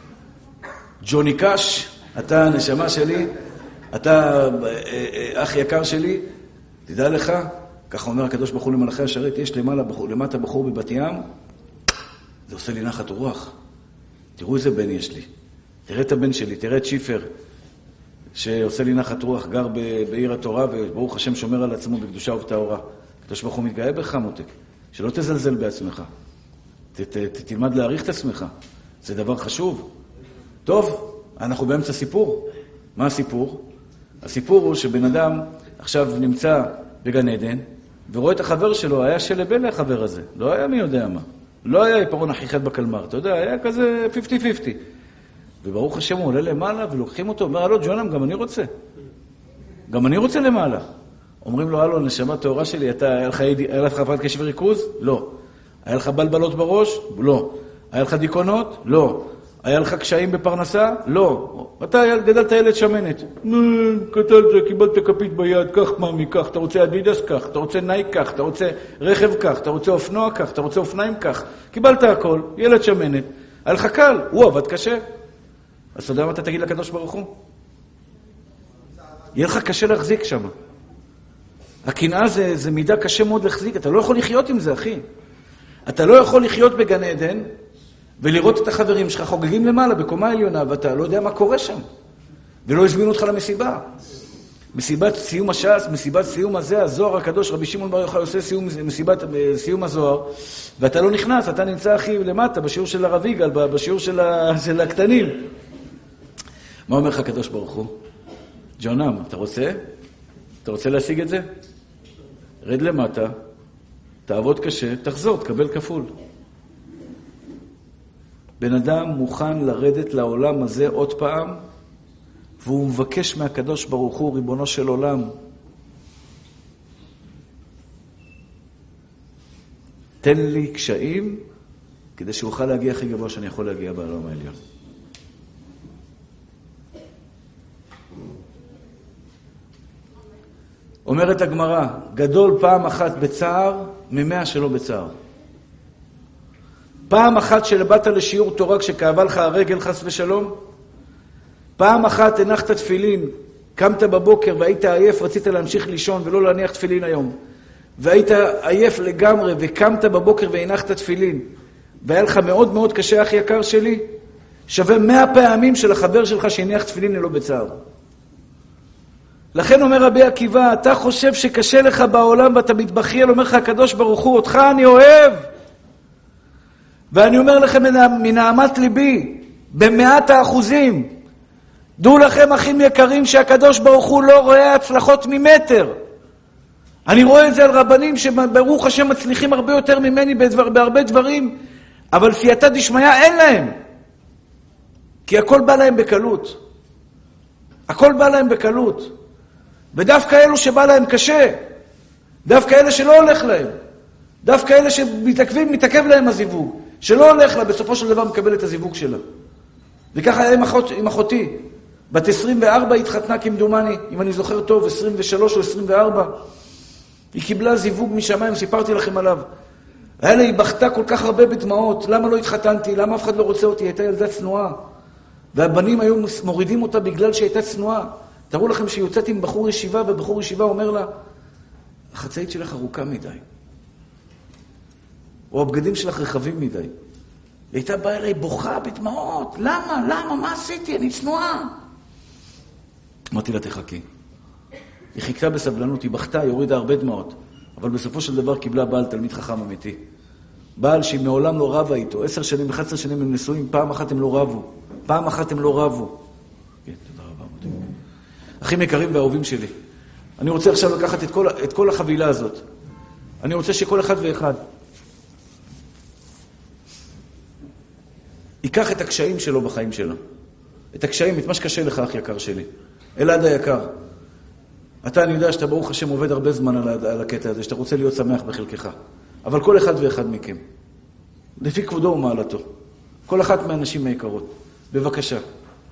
ג'וני קש, אתה הנשמה שלי, אתה אח יקר שלי, תדע לך, ככה אומר הקדוש ברוך הוא למלאכי השרת, יש למעלה, למטה בחור בבת ים, זה עושה לי נחת רוח. תראו איזה בן יש לי. תראה את הבן שלי, תראה את שיפר, שעושה לי נחת רוח, גר בעיר התורה, וברוך השם שומר על עצמו בקדושה ובטהרה. הקדוש ברוך הוא מתגאה בך, מותק. שלא תזלזל בעצמך. ת, ת, ת, תלמד להעריך את עצמך. זה דבר חשוב. טוב, אנחנו באמצע סיפור. מה הסיפור? הסיפור הוא שבן אדם עכשיו נמצא בגן עדן, ורואה את החבר שלו, היה שלבן לחבר הזה. לא היה מי יודע מה. לא היה עיפרון הכי חד בקלמר. אתה יודע, היה כזה חמישים חמישים. וברוך השם הוא עולה למעלה ולוקחים אותו, אומר, הלו ג'ונם, גם אני רוצה. גם אני רוצה למעלה. אומרים לו, הלו, נשמה תאורה שלי, אתה, היה לך, היה לך הפרעת קשב וריכוז? לא. היה לך בלבלות בראש? לא. היה לך דיכאונות? לא. היה לך קשיים בפרנסה? לא. אתה גדלת ילד שמנת. גדלת, קיבלת כפית ביד, כך מאמי, כך. אתה רוצה אדידס, כך. אתה רוצה נייק, כך. אתה רוצה רכב, כך. אתה רוצה אופנוע, כך. אתה רוצה אופניים, כך. קיבלת הכל, ילד שמנת. היה לך קל, הוא עבד קשה. אז אתה יודע מה אתה תגיד לקדוש ברוך הוא? יהיה לך קשה להחזיק שם. הקנאה זה, זה מידה קשה מאוד להחזיק. אתה לא יכול לחיות עם זה, אחי. אתה לא יכול לחיות בגן עדן ולראות את החברים שלך חוגגים למעלה בקומה עליונה, ואתה לא יודע מה קורה שם. ולא הזמינו אותך למסיבה. מסיבת סיום הש"ס, מסיבת סיום הזה, הזוהר הקדוש, רבי שמעון בר יוחאי עושה סיום, מסיבת סיום הזוהר, ואתה לא נכנס, אתה נמצא הכי למטה, בשיעור של הרב יגאל, בשיעור של, ה, של הקטנים. מה אומר לך הקדוש ברוך הוא? ג'ונם, אתה רוצה? אתה רוצה להשיג את זה? רד למטה, תעבוד קשה, תחזור, תקבל כפול. בן אדם מוכן לרדת לעולם הזה עוד פעם, והוא מבקש מהקדוש ברוך הוא, ריבונו של עולם, תן לי קשיים, כדי שאוכל להגיע הכי גבוה שאני יכול להגיע בעולם העליון. אומרת הגמרא, גדול פעם אחת בצער, ממאה שלא בצער. פעם אחת שלבאת לשיעור תורה כשכאבה לך הרגל חס ושלום, פעם אחת הנחת תפילין, קמת בבוקר והיית עייף, רצית להמשיך לישון ולא להניח תפילין היום, והיית עייף לגמרי וקמת בבוקר והנחת תפילין, והיה לך מאוד מאוד קשה, אח יקר שלי, שווה מאה פעמים של החבר שלך שהניח תפילין ללא בצער. לכן אומר רבי עקיבא, אתה חושב שקשה לך בעולם ואתה מתבכיין, אומר לך הקדוש ברוך הוא, אותך אני אוהב. ואני אומר לכם מנעמת ליבי, במאת האחוזים, דעו לכם אחים יקרים שהקדוש ברוך הוא לא רואה הצלחות ממטר. אני רואה את זה על רבנים שברוך השם מצליחים הרבה יותר ממני בדבר, בהרבה דברים, אבל סייעתא דשמיא אין להם. כי הכל בא להם בקלות. הכל בא להם בקלות. ודווקא אלו שבא להם קשה, דווקא אלה שלא הולך להם, דווקא אלה שמתעכבים, מתעכב להם הזיווג, שלא הולך לה, בסופו של דבר מקבל את הזיווג שלה. וככה היה עם, אחות, עם אחותי. בת עשרים וארבע התחתנה כמדומני, אם אני זוכר טוב, עשרים ושלוש או עשרים וארבע. היא קיבלה זיווג משמיים, סיפרתי לכם עליו. היה לה, היא בכתה כל כך הרבה בדמעות, למה לא התחתנתי, למה אף אחד לא רוצה אותי, היא הייתה ילדה צנועה. והבנים היו מורידים אותה בגלל שהיא הייתה צנועה. תראו לכם שהיא יוצאת עם בחור ישיבה, ובחור ישיבה אומר לה, החצאית שלך ארוכה מדי. או הבגדים שלך רחבים מדי. היא הייתה באה אליי בוכה בדמעות. למה? למה? מה עשיתי? אני צנועה. אמרתי לה, תחכי. היא חיכתה בסבלנות, היא בכתה, היא הורידה הרבה דמעות. אבל בסופו של דבר קיבלה בעל תלמיד חכם אמיתי. בעל שהיא מעולם לא רבה איתו. עשר שנים, אחת עשרה שנים הם נשואים, פעם אחת הם לא רבו. פעם אחת הם לא רבו. כן, תודה רבה. מודי. אחים יקרים ואהובים שלי. אני רוצה עכשיו לקחת את כל, את כל החבילה הזאת. אני רוצה שכל אחד ואחד ייקח את הקשיים שלו בחיים שלו. את הקשיים, את מה שקשה לך, אח יקר שלי. אלעד היקר. אתה, אני יודע שאתה ברוך השם עובד הרבה זמן על, על הקטע הזה, שאתה רוצה להיות שמח בחלקך. אבל כל אחד ואחד מכם, לפי כבודו ומעלתו, כל אחת מהאנשים היקרות, בבקשה.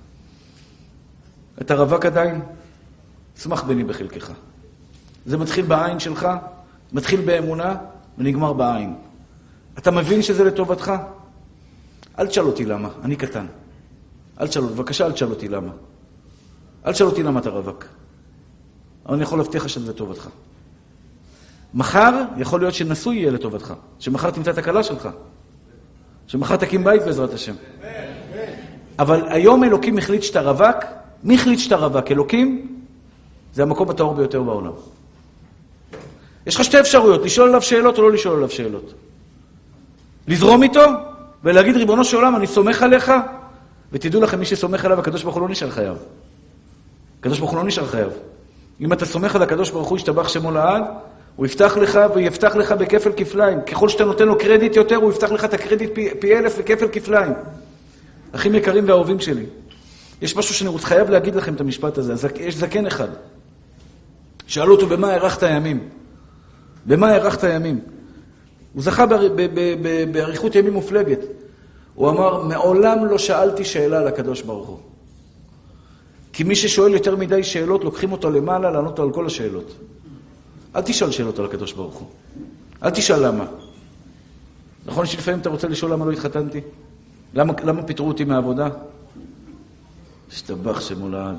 אתה רווק עדיין? שמח בני בחלקך. זה מתחיל בעין שלך, מתחיל באמונה ונגמר בעין. אתה מבין שזה לטובתך? אל תשאל אותי למה, אני קטן. אל תשאל אותי, בבקשה אל תשאל אותי למה. אל תשאל אותי למה אתה רווק. אבל אני יכול להבטיח שזה לטובתך. מחר יכול להיות שנשוי יהיה לטובתך. שמחר תמצא את הקלה שלך. שמחר תקים בית בעזרת השם. אבל היום אלוקים החליט שאתה רווק. מי החליט שאתה רווק? אלוקים זה המקום הטהור ביותר בעולם. יש לך שתי אפשרויות, לשאול עליו שאלות או לא לשאול עליו שאלות. לזרום איתו ולהגיד ריבונו של עולם, אני סומך עליך, ותדעו לכם, מי שסומך עליו, הקדוש ברוך הוא לא נשאר חייב. הקדוש ברוך הוא לא נשאר חייב. אם אתה סומך על הקדוש ברוך הוא, ישתבח שמו לעד, הוא יפתח לך ויפתח לך בכפל כפליים. ככל שאתה נותן לו קרדיט יותר, הוא יפתח לך את הקרדיט פי, פי אלף וכפל כפליים. אחים יקרים ואהובים שלי. יש משהו שאני חייב להגיד לכם את המשפט הזה. יש זקן אחד. שאלו אותו במה הערכת הימים. במה הערכת הימים. הוא זכה בעריכות ימים מופלגת. הוא אמר, מעולם לא שאלתי שאלה על הקדוש ברוך הוא. כי מי ששואל יותר מדי שאלות, לוקחים אותו למעלה, לענות אותו על כל השאלות. אל תשאל שאלות על הקדוש ברוך הוא. אל תשאל למה. נכון שלפעמים אתה רוצה לשאול למה לא התחתנתי? למה, למה פיתרו אותי מהעבודה? השתבח שמו לעד.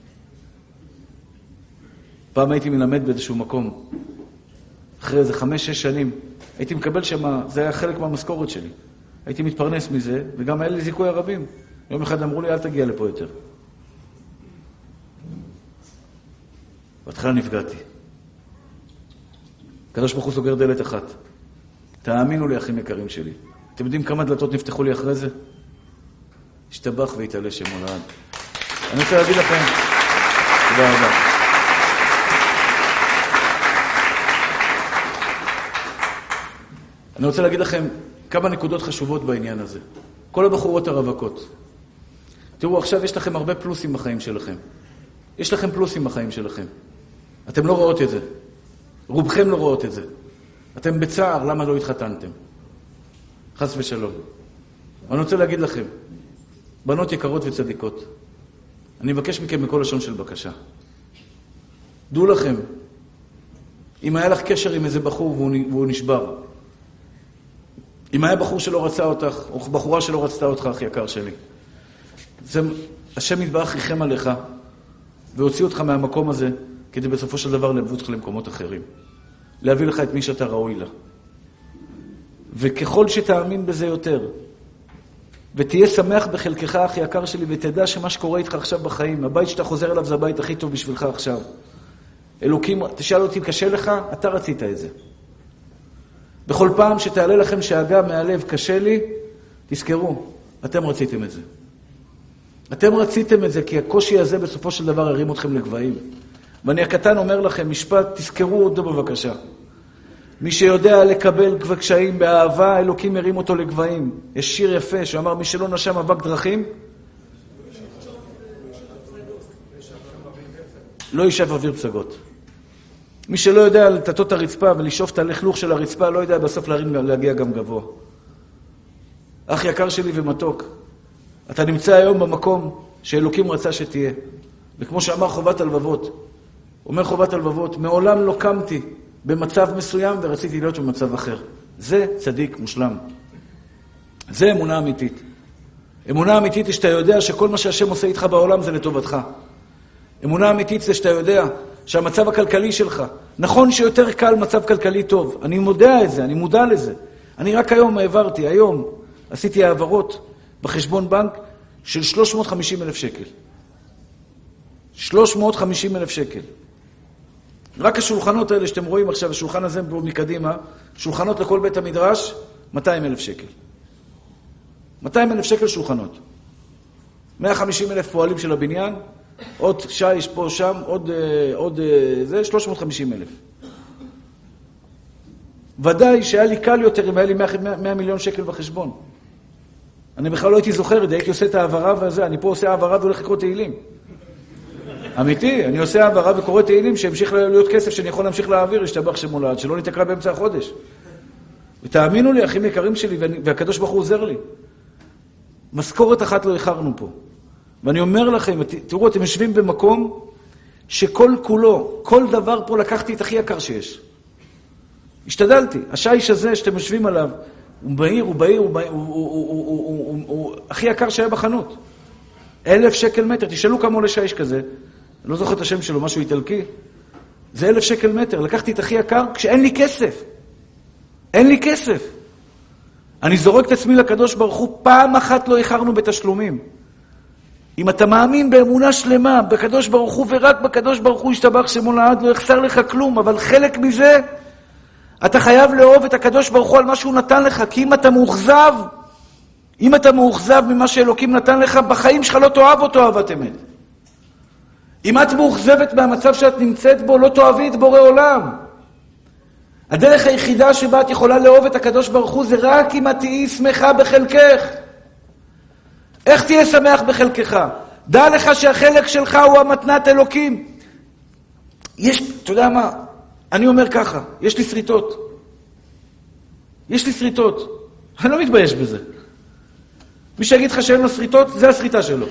פעם הייתי מלמד באיזשהו מקום. אחרי איזה חמש, שש שנים. הייתי מקבל שמה, זה היה חלק מהמשכורת שלי. הייתי מתפרנס מזה, וגם היה לי זיכוי הרבים. יום אחד אמרו לי, אל תגיע לפה יותר. בהתחלה נפגעתי. הקדוש ברוך הוא סוגר דלת אחת. תאמינו לי, אחים יקרים שלי. אתם יודעים כמה דלתות נפתחו לי אחרי זה? השתבח והתעלה שמו לעד. אני רוצה להגיד לכם, תודה רבה. אני רוצה להגיד לכם כמה נקודות חשובות בעניין הזה. כל הבחורות הרווקות. תראו, עכשיו יש לכם הרבה פלוסים בחיים שלכם. יש לכם פלוסים בחיים שלכם. אתם לא רואות את זה. רובכם לא רואות את זה. אתם בצער, למה לא התחתנתם? חס ושלום. אני רוצה להגיד לכם, בנות יקרות וצדיקות, אני מבקש מכם מכל לשון של בקשה. דעו לכם, אם היה לך קשר עם איזה בחור והוא נשבר, אם היה בחור שלא רצה אותך, או בחורה שלא רצתה אותך, אח יקר שלי, זה, השם יתברך ריחם עליך, והוציא אותך מהמקום הזה, כדי בסופו של דבר להביא אותך למקומות אחרים. להביא לך את מי שאתה ראוי לה. וככל שתאמין בזה יותר, ותהיה שמח בחלקך, אח יקר שלי, ותדע שמה שקורה איתך עכשיו בחיים, הבית שאתה חוזר אליו זה הבית הכי טוב בשבילך עכשיו. אלוקים, תשאל אותי, קשה לך? אתה רצית את זה. בכל פעם שתעלה לכם שאגה מהלב, קשה לי, תזכרו, אתם רציתם את זה. אתם רציתם את זה, כי הקושי הזה בסופו של דבר הרים אתכם לגבהים. ואני הקטן אומר לכם, משפט, תזכרו אותו בבקשה. מי שיודע לקבל קשיים באהבה, אלוקים הרים אותו לגבהים. יש שיר יפה שאמר, מי שלא נשם אבק דרכים, לא יישב אוויר פסגות. מי שלא יודע לטטות הרצפה ולשאוף את הלכלוך של הרצפה, לא יודע בסוף להרים, להגיע גם גבוה. אח יקר שלי ומתוק, אתה נמצא היום במקום שאלוקים רצה שתהיה. וכמו שאמר חובת הלבבות, אומר חובת הלבבות, מעולם לא קמתי במצב מסוים ורציתי להיות במצב אחר. זה צדיק מושלם. זה אמונה אמיתית. אמונה אמיתית היא שאתה יודע שכל מה שהשם עושה איתך בעולם זה לטובתך. אמונה אמיתית זה שאתה יודע שהמצב הכלכלי שלך, נכון שיותר קל מצב כלכלי טוב. אני מודע את זה, אני מודע לזה. אני רק היום העברתי, היום עשיתי העברות בחשבון בנק של שלוש מאות וחמישים אלף שקל. שלוש מאות וחמישים אלף שקל. רק השולחנות האלה שאתם רואים עכשיו, השולחן הזה פה מקדימה, שולחנות לכל בית המדרש, מאתיים אלף שקל. מאתיים אלף שקל שולחנות. מאה וחמישים אלף פועלים של הבניין, עוד שיש פה שם, עוד, עוד זה, שלוש מאות וחמישים אלף. ודאי שהיה לי קל יותר אם היה לי מאה מיליון שקל בחשבון. אני בכלל לא הייתי זוכר את זה, הייתי עושה את העברה וזה, אני פה עושה העברה והולך לקרוא תהילים. אמיתי, אני עושה העברה וקורא תהילים שהמשיך להיות כסף שאני יכול להמשיך להעביר, ישתבח שמולד, שלא נתקרא באמצע החודש. ותאמינו לי, אחים יקרים שלי, והקדוש ברוך הוא עוזר לי. משכורת אחת לא איחרנו פה. ואני אומר לכם, תראו, אתם יושבים במקום שכל כולו, כל דבר פה לקחתי את הכי יקר שיש. השתדלתי. השיש הזה שאתם יושבים עליו, הוא בהיר, הוא בהיר, הוא, הוא, הוא, הוא, הוא, הוא, הוא, הוא הכי יקר שהיה בחנות. אלף שקל מטר. תשאלו כמה עולה שיש כזה. אני לא זוכר את השם שלו, משהו איטלקי. זה אלף שקל מטר. לקחתי את הכי יקר כשאין לי כסף. אין לי כסף. אני זורק את עצמי לקדוש ברוך הוא, פעם אחת לא איחרנו בתשלומים. אם אתה מאמין באמונה שלמה, בקדוש ברוך הוא ורק בקדוש ברוך הוא ישתבח שמו לעד, לא יחסר לך כלום, אבל חלק מזה, אתה חייב לאהוב את הקדוש ברוך הוא על מה שהוא נתן לך, כי אם אתה מאוכזב, אם אתה מאוכזב ממה שאלוקים נתן לך, בחיים שלך לא תאהב אותו אהבת אמת. אם את מאוכזבת מהמצב שאת נמצאת בו, לא תאהבי את בורא עולם. הדרך היחידה שבה את יכולה לאהוב את הקדוש ברוך הוא, זה רק אם את תהיי שמחה בחלקך. איך תהיה שמח בחלקך? דע לך שהחלק שלך הוא המתנת אלוקים. יש, אתה יודע מה? אני אומר ככה, יש לי שריטות. יש לי שריטות. אני לא מתבייש בזה. מי שיגיד לך שאין לו שריטות, זה השריטה שלו.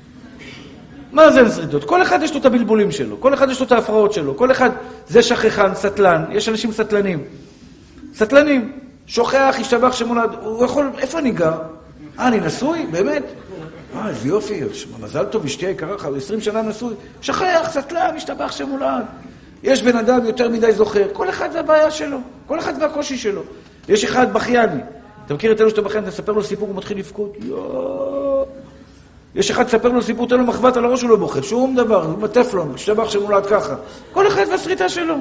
מה זה שריטות? כל אחד יש לו את הבלבולים שלו, כל אחד יש לו את ההפרעות שלו, כל אחד זה שכחן, סטלן, יש אנשים סטלנים. סטלנים, שוכח, ישתבח שמולד, הוא יכול, איפה אני גר? אה, אני נשוי? באמת? אה, איזה יופי, מזל טוב, אשתי היקרה, עשרים שנה נשוי. שכח, סטלן, ישתבח שמולד. יש בן אדם יותר מדי זוכר, כל אחד זה הבעיה שלו, כל אחד והקושי שלו. יש אחד בכייני, אתה מכיר את אלו שאתה בכיין, אתה ספר לו סיפור, הוא מתחיל לבכות, יואו. יש אחד ספר לו סיפור, תן לו מחבת על הראש, הוא לא בוכה, שום דבר, הוא בטפלון, ישתבח שמולד ככה. כל אחד והשריטה שלו.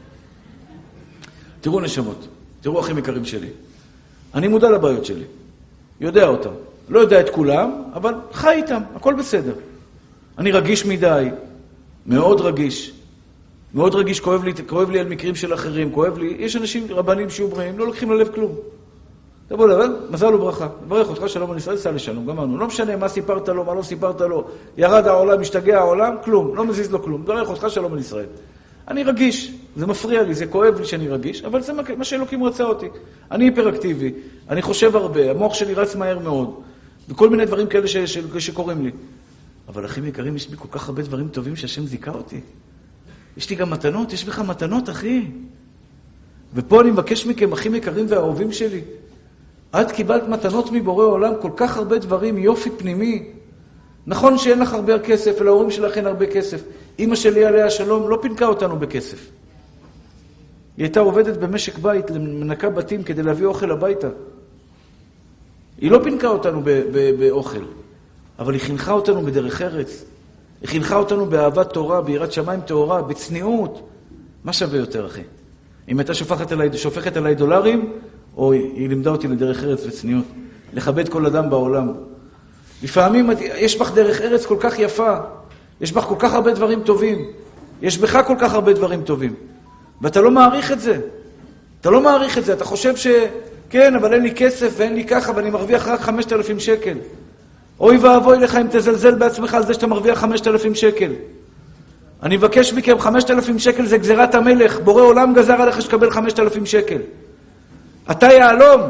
תראו נשמות, תראו אחים יקרים שלי. אני מודע לבעיות שלי, יודע אותם. לא יודע את כולם, אבל חי איתם, הכל בסדר. אני רגיש מדי, מאוד רגיש. מאוד רגיש, כואב לי, כואב לי על מקרים של אחרים, כואב לי. יש אנשים, רבנים שיהיו בריאים, לא לוקחים ללב כלום. תבוא לבד, מזל וברכה. מברך אותך, שלום על ישראל, סע לשלום, גמרנו. לא משנה מה סיפרת לו, מה לא סיפרת לו. ירד העולם, משתגע העולם, כלום. לא מזיז לו כלום. מברך אותך, שלום על ישראל. אני רגיש, זה מפריע לי, זה כואב לי שאני רגיש, אבל זה מה שאלוקים רצה אותי. אני היפראקטיבי, אני חושב הרבה, המוח שלי רץ מהר מאוד, וכל מיני דברים כאלה ש- ש- שקורים לי. אבל אחים יקרים, יש בי כל כך הרבה דברים טובים שהשם זיכה אותי. יש לי גם מתנות, יש בך מתנות, אחי. ופה אני מבקש מכם, אחים יקרים והאהובים שלי, את קיבלת מתנות מבורא עולם, כל כך הרבה דברים, יופי פנימי. נכון שאין לך הרבה כסף, ולהורים שלך אין הרבה כסף. אמא שלי עליה השלום לא פינקה אותנו בכסף. היא הייתה עובדת במשק בית, למנקה בתים כדי להביא אוכל הביתה. היא לא פינקה אותנו ב- ב- באוכל, אבל היא חינכה אותנו בדרך ארץ. היא חינכה אותנו באהבת תורה, ביראת שמיים תורה, בצניעות. מה שווה יותר, אחי? אם הייתה שופכת אליי, שופכת אליי דולרים, או היא לימדה אותי לדרך ארץ וצניעות. לכבד כל אדם בעולם. לפעמים יש בך דרך ארץ כל כך יפה. יש בך כל כך הרבה דברים טובים. יש בך כל כך הרבה דברים טובים. ואתה לא מעריך את זה. אתה לא מעריך את זה. אתה חושב שכן, אבל אין לי כסף ואין לי ככה, ואני מרוויח רק חמשת אלפים שקל. אוי ואבוי לך אם תזלזל בעצמך על זה שאתה מרוויח חמשת אלפים שקל. אני מבקש מכם, חמשת אלפים שקל זה גזירת המלך. בורא עולם גזר עליך שתקבל חמשת אלפים שקל. אתה יעלום.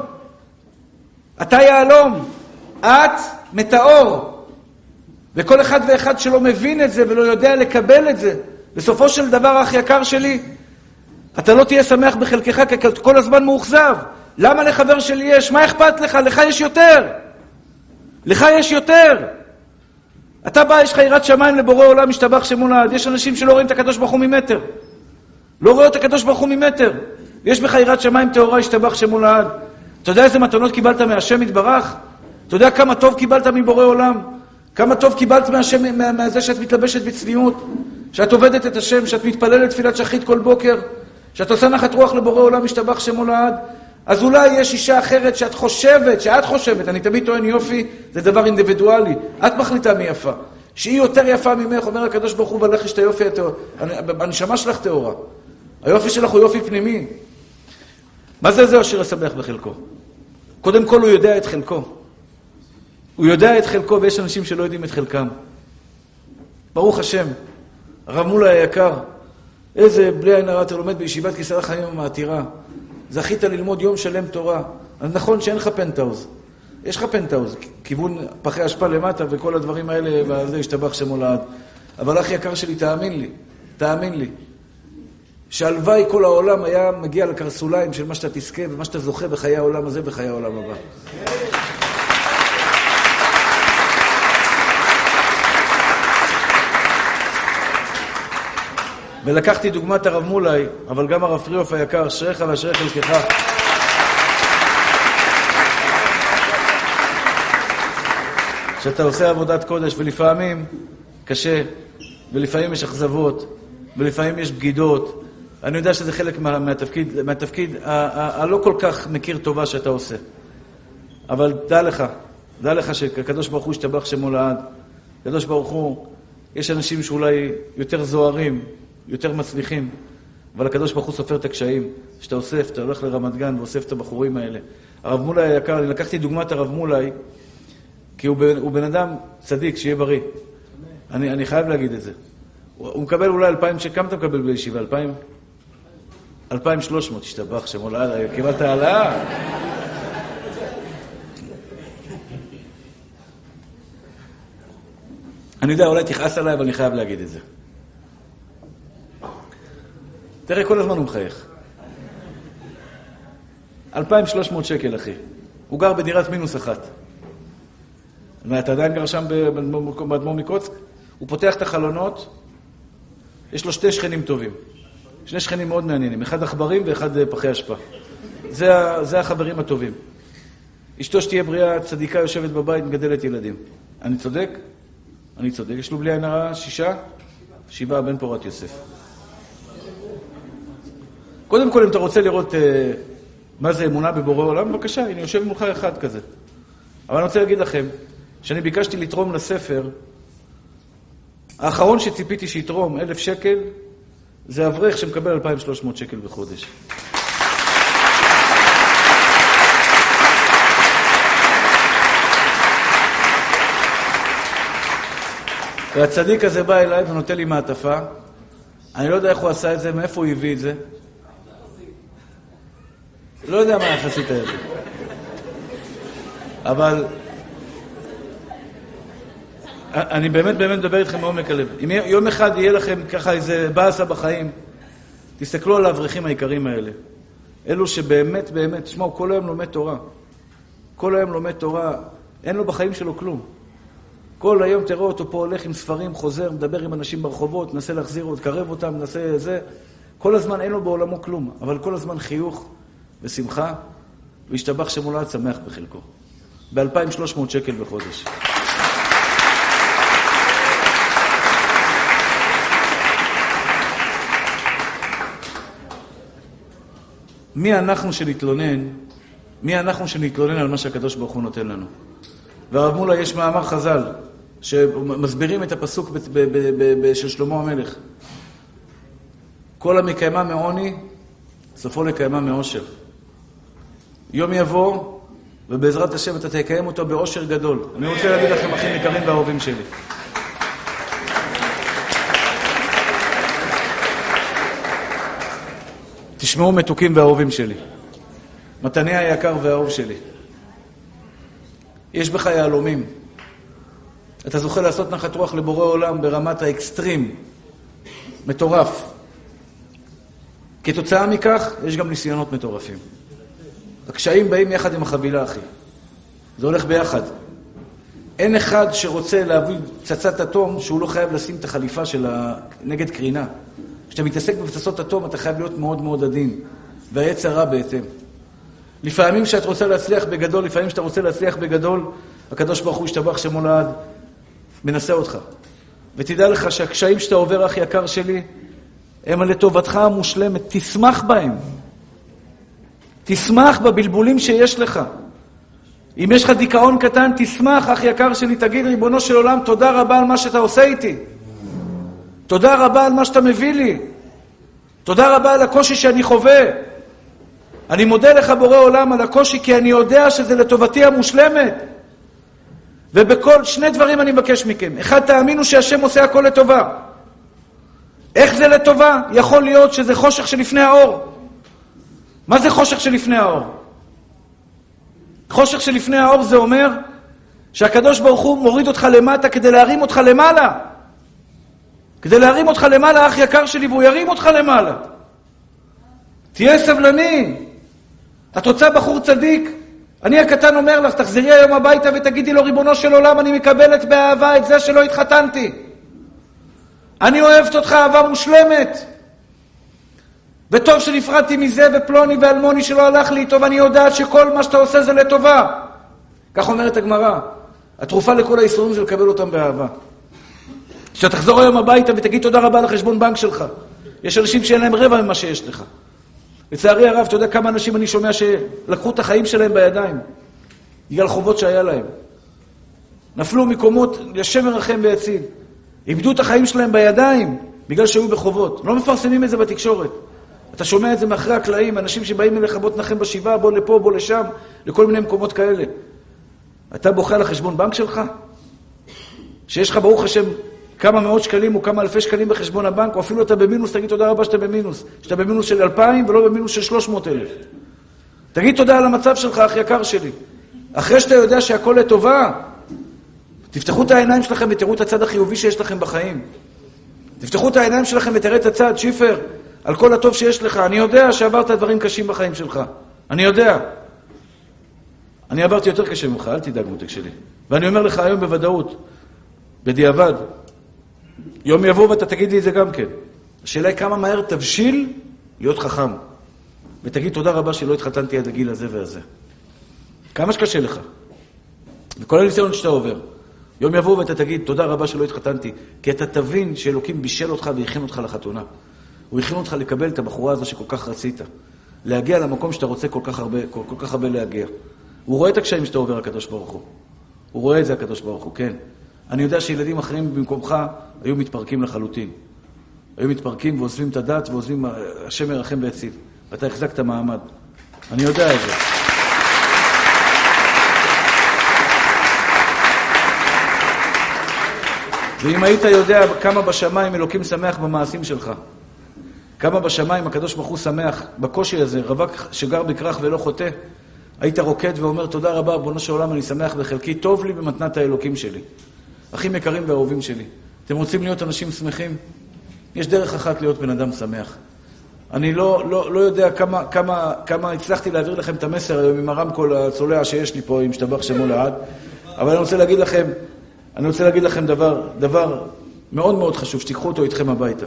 אתה יעלום. את מטאור. וכל אחד ואחד שלא מבין את זה ולא יודע לקבל את זה, בסופו של דבר, אח יקר שלי, אתה לא תהיה שמח בחלקך, כי כל הזמן מאוכזב. למה לחבר שלי יש? מה אכפת לך? לך יש יותר. לך יש יותר. אתה בא, יש לך יראת שמיים לבורא עולם, משתבח שמו לעד. יש אנשים שלא רואים את הקדוש ברוך הוא ממטר. לא רואים את הקדוש ברוך הוא ממטר. יש בך יראת שמיים טהורה, השתבח שמו לעד. אתה יודע איזה מתנות קיבלת מהשם יתברך? אתה יודע כמה טוב קיבלת מבורא עולם? כמה טוב קיבלת מהשם, מה, מהזה שאת מתלבשת בצניעות? שאת עובדת את השם, שאת מתפללת תפילת שחית כל בוקר? שאת עושה נחת רוח לבורא עולם, משתבח שמו לעד? אז אולי יש אישה אחרת שאת חושבת, שאת חושבת, אני תמיד טוען יופי, זה דבר אינדיבידואלי. את מחליטה מי יפה. שהיא יותר יפה ממך, אומר הקדוש ברוך הוא, ולך יש את היופי הטהור. הנשמה שלך טהורה. היופי שלך הוא יופי פנימי. מה זה זה אשר ישמח בחלקו? קודם כל הוא יודע את חלקו. הוא יודע את חלקו, ויש אנשים שלא יודעים את חלקם. ברוך השם, הרב מולה היקר, איזה בלי עין הרע אתה לומד בישיבת כיסא החיים המעתירה. זכית ללמוד יום שלם תורה. אז נכון שאין לך פנטאוז. יש לך פנטאוז, כיוון פחי אשפה למטה וכל הדברים האלה, וזה ישתבח שמו לעד. אבל אח יקר שלי, תאמין לי, תאמין לי, שהלוואי כל העולם היה מגיע לקרסוליים של מה שאתה תזכה ומה שאתה זוכה בחיי העולם הזה וחיי העולם הבא. ולקחתי דוגמת הרב מולי, אבל גם הרב פריאוף היקר, אשריך ואשרי חלקך. שאתה עושה עבודת קודש, ולפעמים קשה, ולפעמים יש אכזבות, ולפעמים יש בגידות. אני יודע שזה חלק מה, מהתפקיד, מהתפקיד ה- ה- הלא כל כך מכיר טובה שאתה עושה. אבל דע לך, דע לך שהקדוש ברוך הוא ישתבח שמו לעד. הקדוש ברוך הוא, יש אנשים שאולי יותר זוהרים, יותר מצליחים, אבל הקדוש ברוך הוא סופר את הקשיים. שאתה אוסף, אתה הולך לרמת גן ואוסף את הבחורים האלה. הרב מולי היקר, אני לקחתי דוגמת הרב מולי, כי הוא בן, הוא בן אדם צדיק, שיהיה בריא. אני, אני חייב להגיד את זה. הוא, הוא מקבל אולי אלפיים, כמה אתה מקבל בישיבה? אלפיים? אלפיים שלוש מאות, השתבח שמו לעד, קיבלת העלאה. אני יודע, אולי תכעס עליי, אבל אני חייב להגיד את זה. תראה, כל הזמן הוא מחייך. אלפיים ושלוש מאות שקל, אחי. הוא גר בדירת מינוס אחת. ואתה עדיין גר שם באדמו"ר מקוצק? הוא פותח את החלונות, יש לו שתי שכנים טובים. שני שכנים מאוד מעניינים, אחד עכברים ואחד פחי אשפה. זה, זה החברים הטובים. אשתו שתהיה בריאה, צדיקה, יושבת בבית, מגדלת ילדים. אני צודק? אני צודק. יש לו בלי עין הרע שישה? שבעה, בן פורת יוסף. קודם כל, אם אתה רוצה לראות אה, מה זה אמונה בבורא עולם, בבקשה, הנה יושב מולך אחד כזה. אבל אני רוצה להגיד לכם, שאני ביקשתי לתרום לספר, האחרון שציפיתי שיתרום אלף שקל, זה אברך שמקבל אלפיים ושלוש מאות שקל בחודש. והצדיק הזה בא אליי ונותן לי מעטפה. אני לא יודע איך הוא עשה את זה, מאיפה הוא הביא את זה. לא יודע מה יחסית את זה. אבל אני באמת באמת מדבר איתכם מעומק הלב. אם יום אחד יהיה לכם ככה איזה באסה בחיים, תסתכלו על האברכים העיקרים האלה. אלו שבאמת באמת, תשמעו, כל היום לומד תורה. כל היום לומד תורה, אין לו בחיים שלו כלום. כל היום תראה אותו פה הולך עם ספרים, חוזר, מדבר עם אנשים ברחובות, נסה להחזיר אותם, קרב אותם, נסה זה. כל הזמן אין לו בעולמו כלום, אבל כל הזמן חיוך ושמחה, וישתבח שמו לעד שמח בחלקו. ב-אלפיים ושלוש מאות שקל בחודש. מי אנחנו שנתלונן, מי אנחנו שנתלונן על מה שהקדוש ברוך הוא נותן לנו. והרב מולה יש מאמר חז"ל, שמסבירים את הפסוק ב- ב- ב- ב- של שלמה המלך. כל המקיימה מעוני, סופו לקיימה מאושר. יום יבוא, ובעזרת השם אתה תקיים אותו באושר גדול. אני רוצה להגיד לכם, אחים יקרים ואהובים שלי. תשמעו מתוקים ואהובים שלי. מתני היקר והאהוב שלי. יש בך יהלומים. אתה זוכה לעשות נחת רוח לבורא עולם ברמת האקסטרים. מטורף. כתוצאה מכך, יש גם ניסיונות מטורפים. הקשיים באים יחד עם החבילה, אחי. זה הולך ביחד. אין אחד שרוצה להביא פצצת אטום שהוא לא חייב לשים את החליפה של נגד קרינה. כשאתה מתעסק בפצצות אטום, אתה חייב להיות מאוד מאוד עדין. והיצר רע בהתאם. לפעמים שאת רוצה להצליח בגדול, לפעמים שאתה רוצה להצליח בגדול, הקדוש ברוך הוא ישתבח שמו לעד, מנסה אותך. ותדע לך שהקשיים שאתה עובר, אח יקר שלי, הם לטובתך המושלמת. תשמח בהם. תשמח בבלבולים שיש לך. אם יש לך דיכאון קטן, תשמח, אח יקר שלי, תגיד, ריבונו של עולם, תודה רבה על מה שאתה עושה איתי. תודה רבה על מה שאתה מביא לי. תודה רבה על הקושי שאני חווה. אני מודה לך בורא עולם על הקושי, כי אני יודע שזה לטובתי המושלמת. ובכל שני דברים אני מבקש מכם. אחד, תאמינו שהשם עושה הכל לטובה. איך זה לטובה? יכול להיות שזה חושך שלפני האור. מה זה חושך שלפני האור? חושך שלפני האור זה אומר שהקדוש ברוך הוא מוריד אותך למטה כדי להרים אותך למעלה. כדי להרים אותך למעלה, אח יקר שלי, והוא ירים אותך למעלה. תהיה סבלני. את רוצה בחור צדיק? אני הקטן אומר לך, תחזרי היום הביתה ותגידי לו, ריבונו של עולם, אני מקבלת באהבה את זה שלא התחתנתי. אני אוהבת אותך אהבה מושלמת. וטוב שנפרדתי מזה ופלוני ואלמוני שלא הלך לי איתו, ואני יודעת שכל מה שאתה עושה זה לטובה. כך אומרת הגמרא. התרופה לכל האיסורים זה לקבל אותם באהבה. כשתחזור היום הביתה ותגיד תודה רבה לחשבון בנק שלך. יש אנשים שאין להם רבע ממה שיש לך. לצערי הרב, אתה יודע כמה אנשים אני שומע שלקחו את החיים שלהם בידיים, בגלל חובות שהיה להם. נפלו מקומות, השם ירחם ויציל. איבדו את החיים שלהם בידיים, בגלל שהיו בחובות. לא מפרסמים את זה בתקשורת. אתה שומע את זה מאחרי הקלעים, אנשים שבאים אליך, בוא תנחם בשבעה, בוא לפה, בוא לשם, לכל מיני מקומות כאלה. אתה בוכה על החשבון בנק שלך? שיש לך ברוך השם כמה מאות שקלים או כמה אלפי שקלים בחשבון הבנק, או אפילו אתה במינוס, תגיד תודה רבה שאתה במינוס. שאתה במינוס של אלפיים ולא במינוס של שלוש מאות אלף. תגיד תודה על המצב שלך, אח יקר שלי. אחרי שאתה יודע שהכל לטובה, תפתחו את העיניים שלכם ותראו את הצד החיובי שיש לכם בחיים. תפתחו את העיניים שלכם ותראה את הצד, שיפר, על כל הטוב שיש לך. אני יודע שעברת דברים קשים בחיים שלך. אני יודע. אני עברתי יותר קשה ממך, אל תדאג מותק שלי. ואני אומר לך היום בוודאות, בדיעבד, יום יבוא ואתה תגיד לי את זה גם כן. השאלה היא כמה מהר תבשיל להיות חכם. ותגיד תודה רבה שלא התחתנתי עד הגיל הזה והזה. כמה שקשה לך. וכל הניסיון שאתה עובר. יום יבוא ואתה תגיד תודה רבה שלא התחתנתי. כי אתה תבין שאלוקים בישל אותך והכין אותך לחתונה. הוא הכין אותך לקבל את הבחורה הזו שכל כך רצית. להגיע למקום שאתה רוצה כל כך הרבה, כל, כל כך הרבה להגיע. הוא רואה את הקשיים שאתה עובר הקדוש ברוך הוא. הוא רואה את זה הקדוש ברוך הוא, כן. אני יודע שילדים אחרים במקומך היו מתפרקים לחלוטין. היו מתפרקים ועוזבים את הדת ועוזבים, השם ירחם ויציל. ואתה החזקת מעמד. אני יודע את זה. ואם היית יודע כמה בשמיים אלוקים שמח במעשים שלך, כמה בשמיים הקדוש ברוך הוא שמח בקושי הזה, רווק שגר בכרך ולא חוטא, היית רוקד ואומר תודה רבה, ריבונו של עולם, אני שמח בחלקי, טוב לי במתנת האלוקים שלי. אחים יקרים ואהובים שלי, אתם רוצים להיות אנשים שמחים? יש דרך אחת להיות בן אדם שמח. אני לא, לא, לא יודע כמה, כמה, כמה הצלחתי להעביר לכם את המסר היום עם הרמקול הצולע שיש לי פה, עם שתבח שמו לעד, אבל אני רוצה להגיד לכם, אני רוצה להגיד לכם דבר, דבר מאוד מאוד חשוב, שתיקחו אותו איתכם הביתה.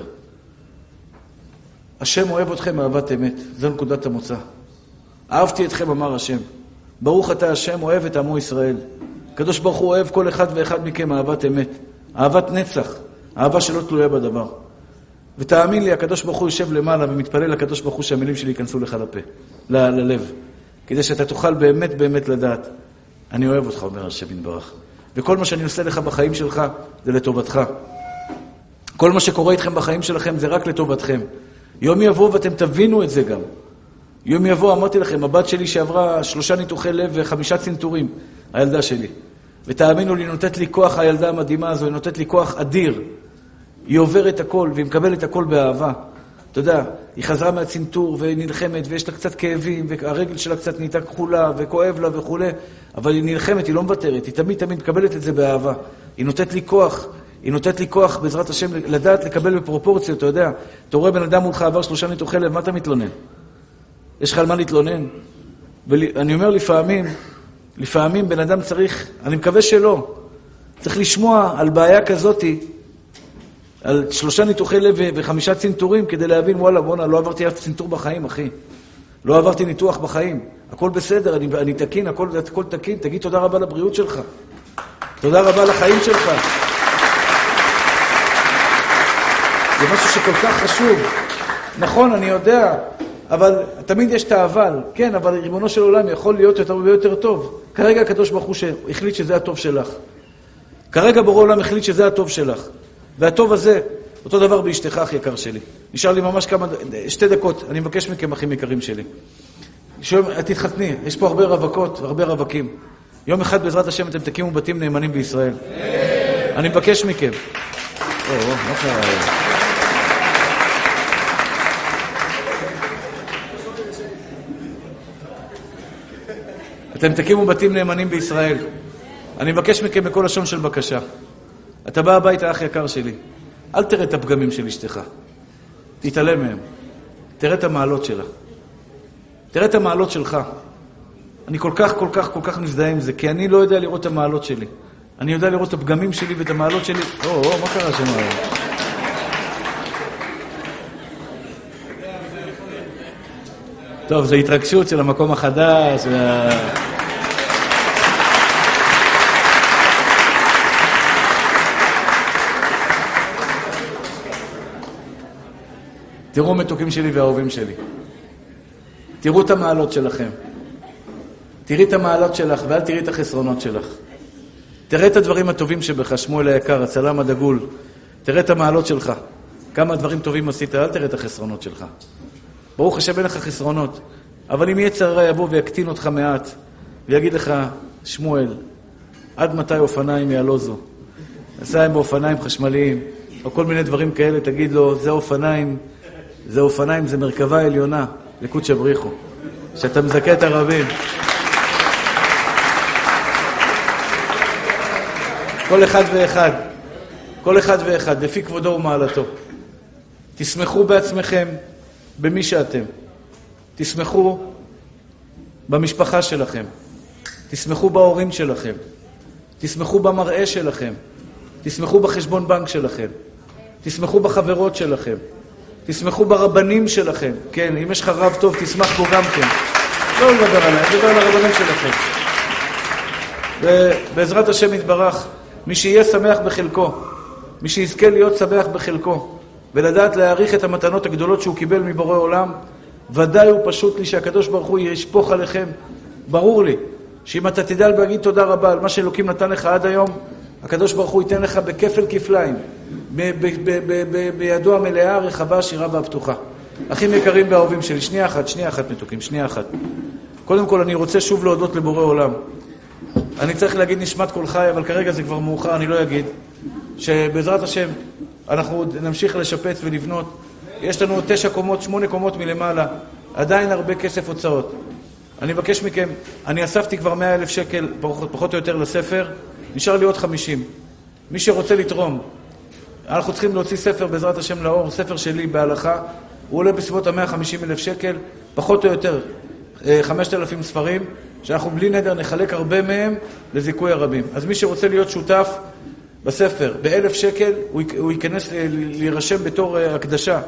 השם אוהב אתכם אהבת אמת, זו נקודת המוצא. אהבתי אתכם, אמר השם. ברוך אתה השם, אוהב את עמו ישראל. הקדוש ברוך הוא אוהב כל אחד ואחד מכם אהבת אמת. אהבת נצח, אהבה שלא תלויה בדבר. ותאמין לי, הקדוש ברוך הוא יושב למעלה ומתפלל לקדוש ברוך הוא שהמילים שלי ייכנסו לך לפה, ל- ללב. כדי שאתה תוכל באמת באמת לדעת. אני אוהב אותך, אומר השם יתברך. וכל מה שאני עושה לך בחיים שלך זה לטובתך. כל מה שקורה איתכם בחיים שלכם זה רק לטובתכם. יום יבוא ואתם תבינו את זה גם. יום יבוא, אמרתי לכם, הבת שלי שעברה שלושה ניתוחי לב וחמישה צנתורים, הילדה שלי. ותאמינו לי, נותנת לי כוח, הילדה המדהימה הזו, היא נותנת לי כוח אדיר. היא עוברת הכל והיא מקבלת הכל באהבה. אתה יודע, היא חזרה מהצנתור ונלחמת ויש לה קצת כאבים והרגל שלה קצת נהייתה כחולה וכואב לה וכו', אבל היא נלחמת, היא לא מוותרת, היא תמיד תמיד מקבלת את זה באהבה. היא נותנת לי כוח, היא נותנת לי כוח בעזרת השם לדעת לקבל בפרופורציות, אתה יודע. אתה רואה בן אדם מולך עבר שלושה ניתוחי לב, מה אתה מתלונן? יש לך על מה להתלונן? ואני אומר לפעמים, לפעמים בן אדם צריך, אני מקווה שלא, צריך לשמוע על בעיה כזאת, על שלושה ניתוחי לב וחמישה צנתורים, כדי להבין, וואלה, בונה, לא עברתי אף צנתור בחיים, אחי. לא עברתי ניתוח בחיים. הכל בסדר, אני, אני תקין, הכל, הכל תקין. תגיד תודה רבה לבריאות שלך. תודה רבה לחיים שלך. זה משהו שכל כך חשוב. נכון, אני יודע, אבל תמיד יש את האבל. כן, אבל ריבונו של עולם יכול להיות יותר ויותר טוב. כרגע הקדוש ברוך הוא שהחליט שזה הטוב שלך. כרגע בורא עולם החליט שזה הטוב שלך. והטוב הזה, אותו דבר באשתך, אח יקר שלי. נשאר לי ממש כמה, שתי דקות. אני מבקש מכם, אחים יקרים שלי. שיום, תתחתני, יש פה הרבה רווקות, הרבה רווקים. יום אחד בעזרת השם אתם תקימו בתים נאמנים בישראל. אני מבקש מכם. או, או, מה קרה? אתם תקימו בתים נאמנים בישראל. אני מבקש מכם בכל לשון של בקשה. אתה בא הביתה, אח יקר שלי. אל תראה את הפגמים של אשתך. תתעלם מהם. תראה את המעלות שלה. תראה את המעלות שלך. אני כל כך, כל כך, כל כך מזדהה עם זה, כי אני לא יודע לראות את המעלות שלי. אני יודע לראות את הפגמים שלי ואת המעלות שלי. או, או, מה קרה שם היום? טוב, זו התרגשות של המקום החדש. וה... תראו מתוקים שלי והאהובים שלי. תראו את המעלות שלכם. תראי את המעלות שלך ואל תראי את החסרונות שלך. תראה את הדברים הטובים שבך, שמואל היקר, הצלם הדגול. תראה את המעלות שלך. כמה דברים טובים עשית, אל תראה את החסרונות שלך. ברוך השם אין לך חסרונות. אבל אם יהיה צרה יבוא ויקטין אותך מעט, ויגיד לך, שמואל, עד מתי אופניים יעלוזו? נסע עם אופניים חשמליים, או כל מיני דברים כאלה, תגיד לו, זה אופניים, זה אופניים, זה מרכבה עליונה, לקודש הבריחו. שאתה מזכה את הרבים. כל אחד ואחד, כל אחד ואחד, לפי כבודו ומעלתו. תשמחו בעצמכם במי שאתם. תשמחו במשפחה שלכם. תשמחו בהורים שלכם. תשמחו במראה שלכם. תשמחו בחשבון בנק שלכם. תשמחו בחברות שלכם. תשמחו ברבנים שלכם. כן, אם יש לך רב טוב, תשמח בו גם כן. לא לדבר עליהם, לדבר על הרבנים שלכם. ובעזרת השם יתברך, מי שיהיה שמח בחלקו, מי שיזכה להיות שמח בחלקו, ולדעת להעריך את המתנות הגדולות שהוא קיבל מבורא עולם, ודאי הוא פשוט לי שהקדוש ברוך הוא ישפוך עליכם. ברור לי שאם אתה תדע להגיד תודה רבה על מה שאלוקים נתן לך עד היום, הקדוש ברוך הוא ייתן לך בכפל כפליים, בידו המלאה, הרחבה, השירה והפתוחה. אחים יקרים ואהובים שלי, שנייה אחת, שנייה אחת מתוקים, שנייה אחת. קודם כל אני רוצה שוב להודות לבורא עולם. אני צריך להגיד נשמת כל חי, אבל כרגע זה כבר מאוחר, אני לא אגיד. שבעזרת השם אנחנו נמשיך לשפץ ולבנות. יש לנו תשע קומות, שמונה קומות מלמעלה. עדיין הרבה כסף הוצאות. אני מבקש מכם, אני אספתי כבר מאה אלף שקל, פחות או יותר לספר. נשאר לי עוד חמישים. מי שרוצה לתרום, אנחנו צריכים להוציא ספר בעזרת השם לאור, ספר שלי בהלכה. הוא עולה בסביבות ה-מאה וחמישים אלף שקל, פחות או יותר חמשת אלפים ספרים, שאנחנו בלי נדר נחלק הרבה מהם לזיכוי הרבים. אז מי שרוצה להיות שותף בספר, באלף שקל, הוא ייכנס להירשם בתור הקדשה.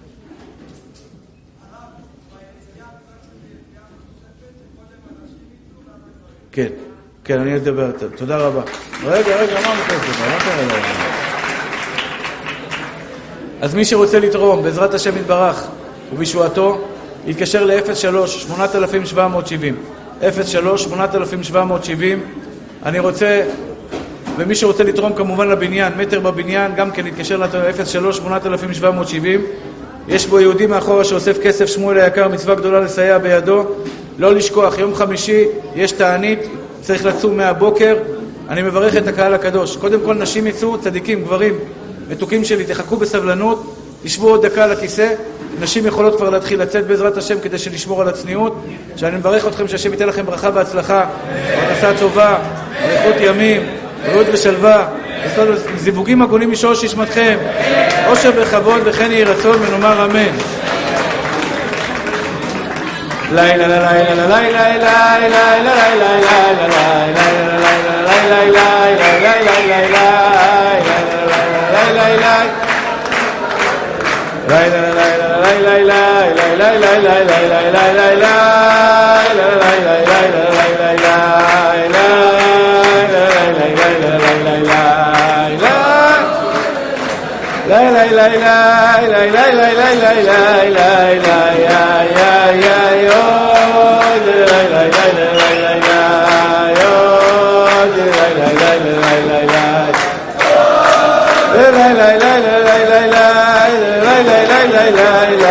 כן, כן, אני אדבר. תודה רבה. רגע, רגע, מה מתכנס לך? מה קרה לך? אז מי שרוצה לתרום בעזרת השם יתברך ובישועתו, יתקשר ל-אפס שלוש שמונה שבע שבע שבע. אפס שלוש שמונה שבע שבע. אני רוצה, ומי שרוצה לתרום כמובן לבניין, מטר בבניין, גם כן יתקשר ל-אפס שלוש שמונה שבע שבע. יש בו יהודי מאחורה שאוסף כסף, שמואל היקר, מצווה גדולה לסייע בידו. לא לשכוח, יום חמישי יש תענית, צריך לצום מהבוקר. אני מברך את הקהל הקדוש. קודם כל נשים יצאו, צדיקים, גברים, מתוקים שלי, תחכו בסבלנות, תשבו עוד דקה על הכיסא. נשים יכולות כבר להתחיל לצאת בעזרת השם כדי שנשמור על הצניעות. שאני מברך אתכם שהשם ייתן לכם ברכה והצלחה, פרנסה טובה, אריכות ימים, בריאות ושלווה, זיווגים הגונים משורש נשמתכם, עושר וכבוד וכן יהי רצון, ונאמר אמן. לילה לילה לילה לילה לילה לילה la la la la la la la la la la la la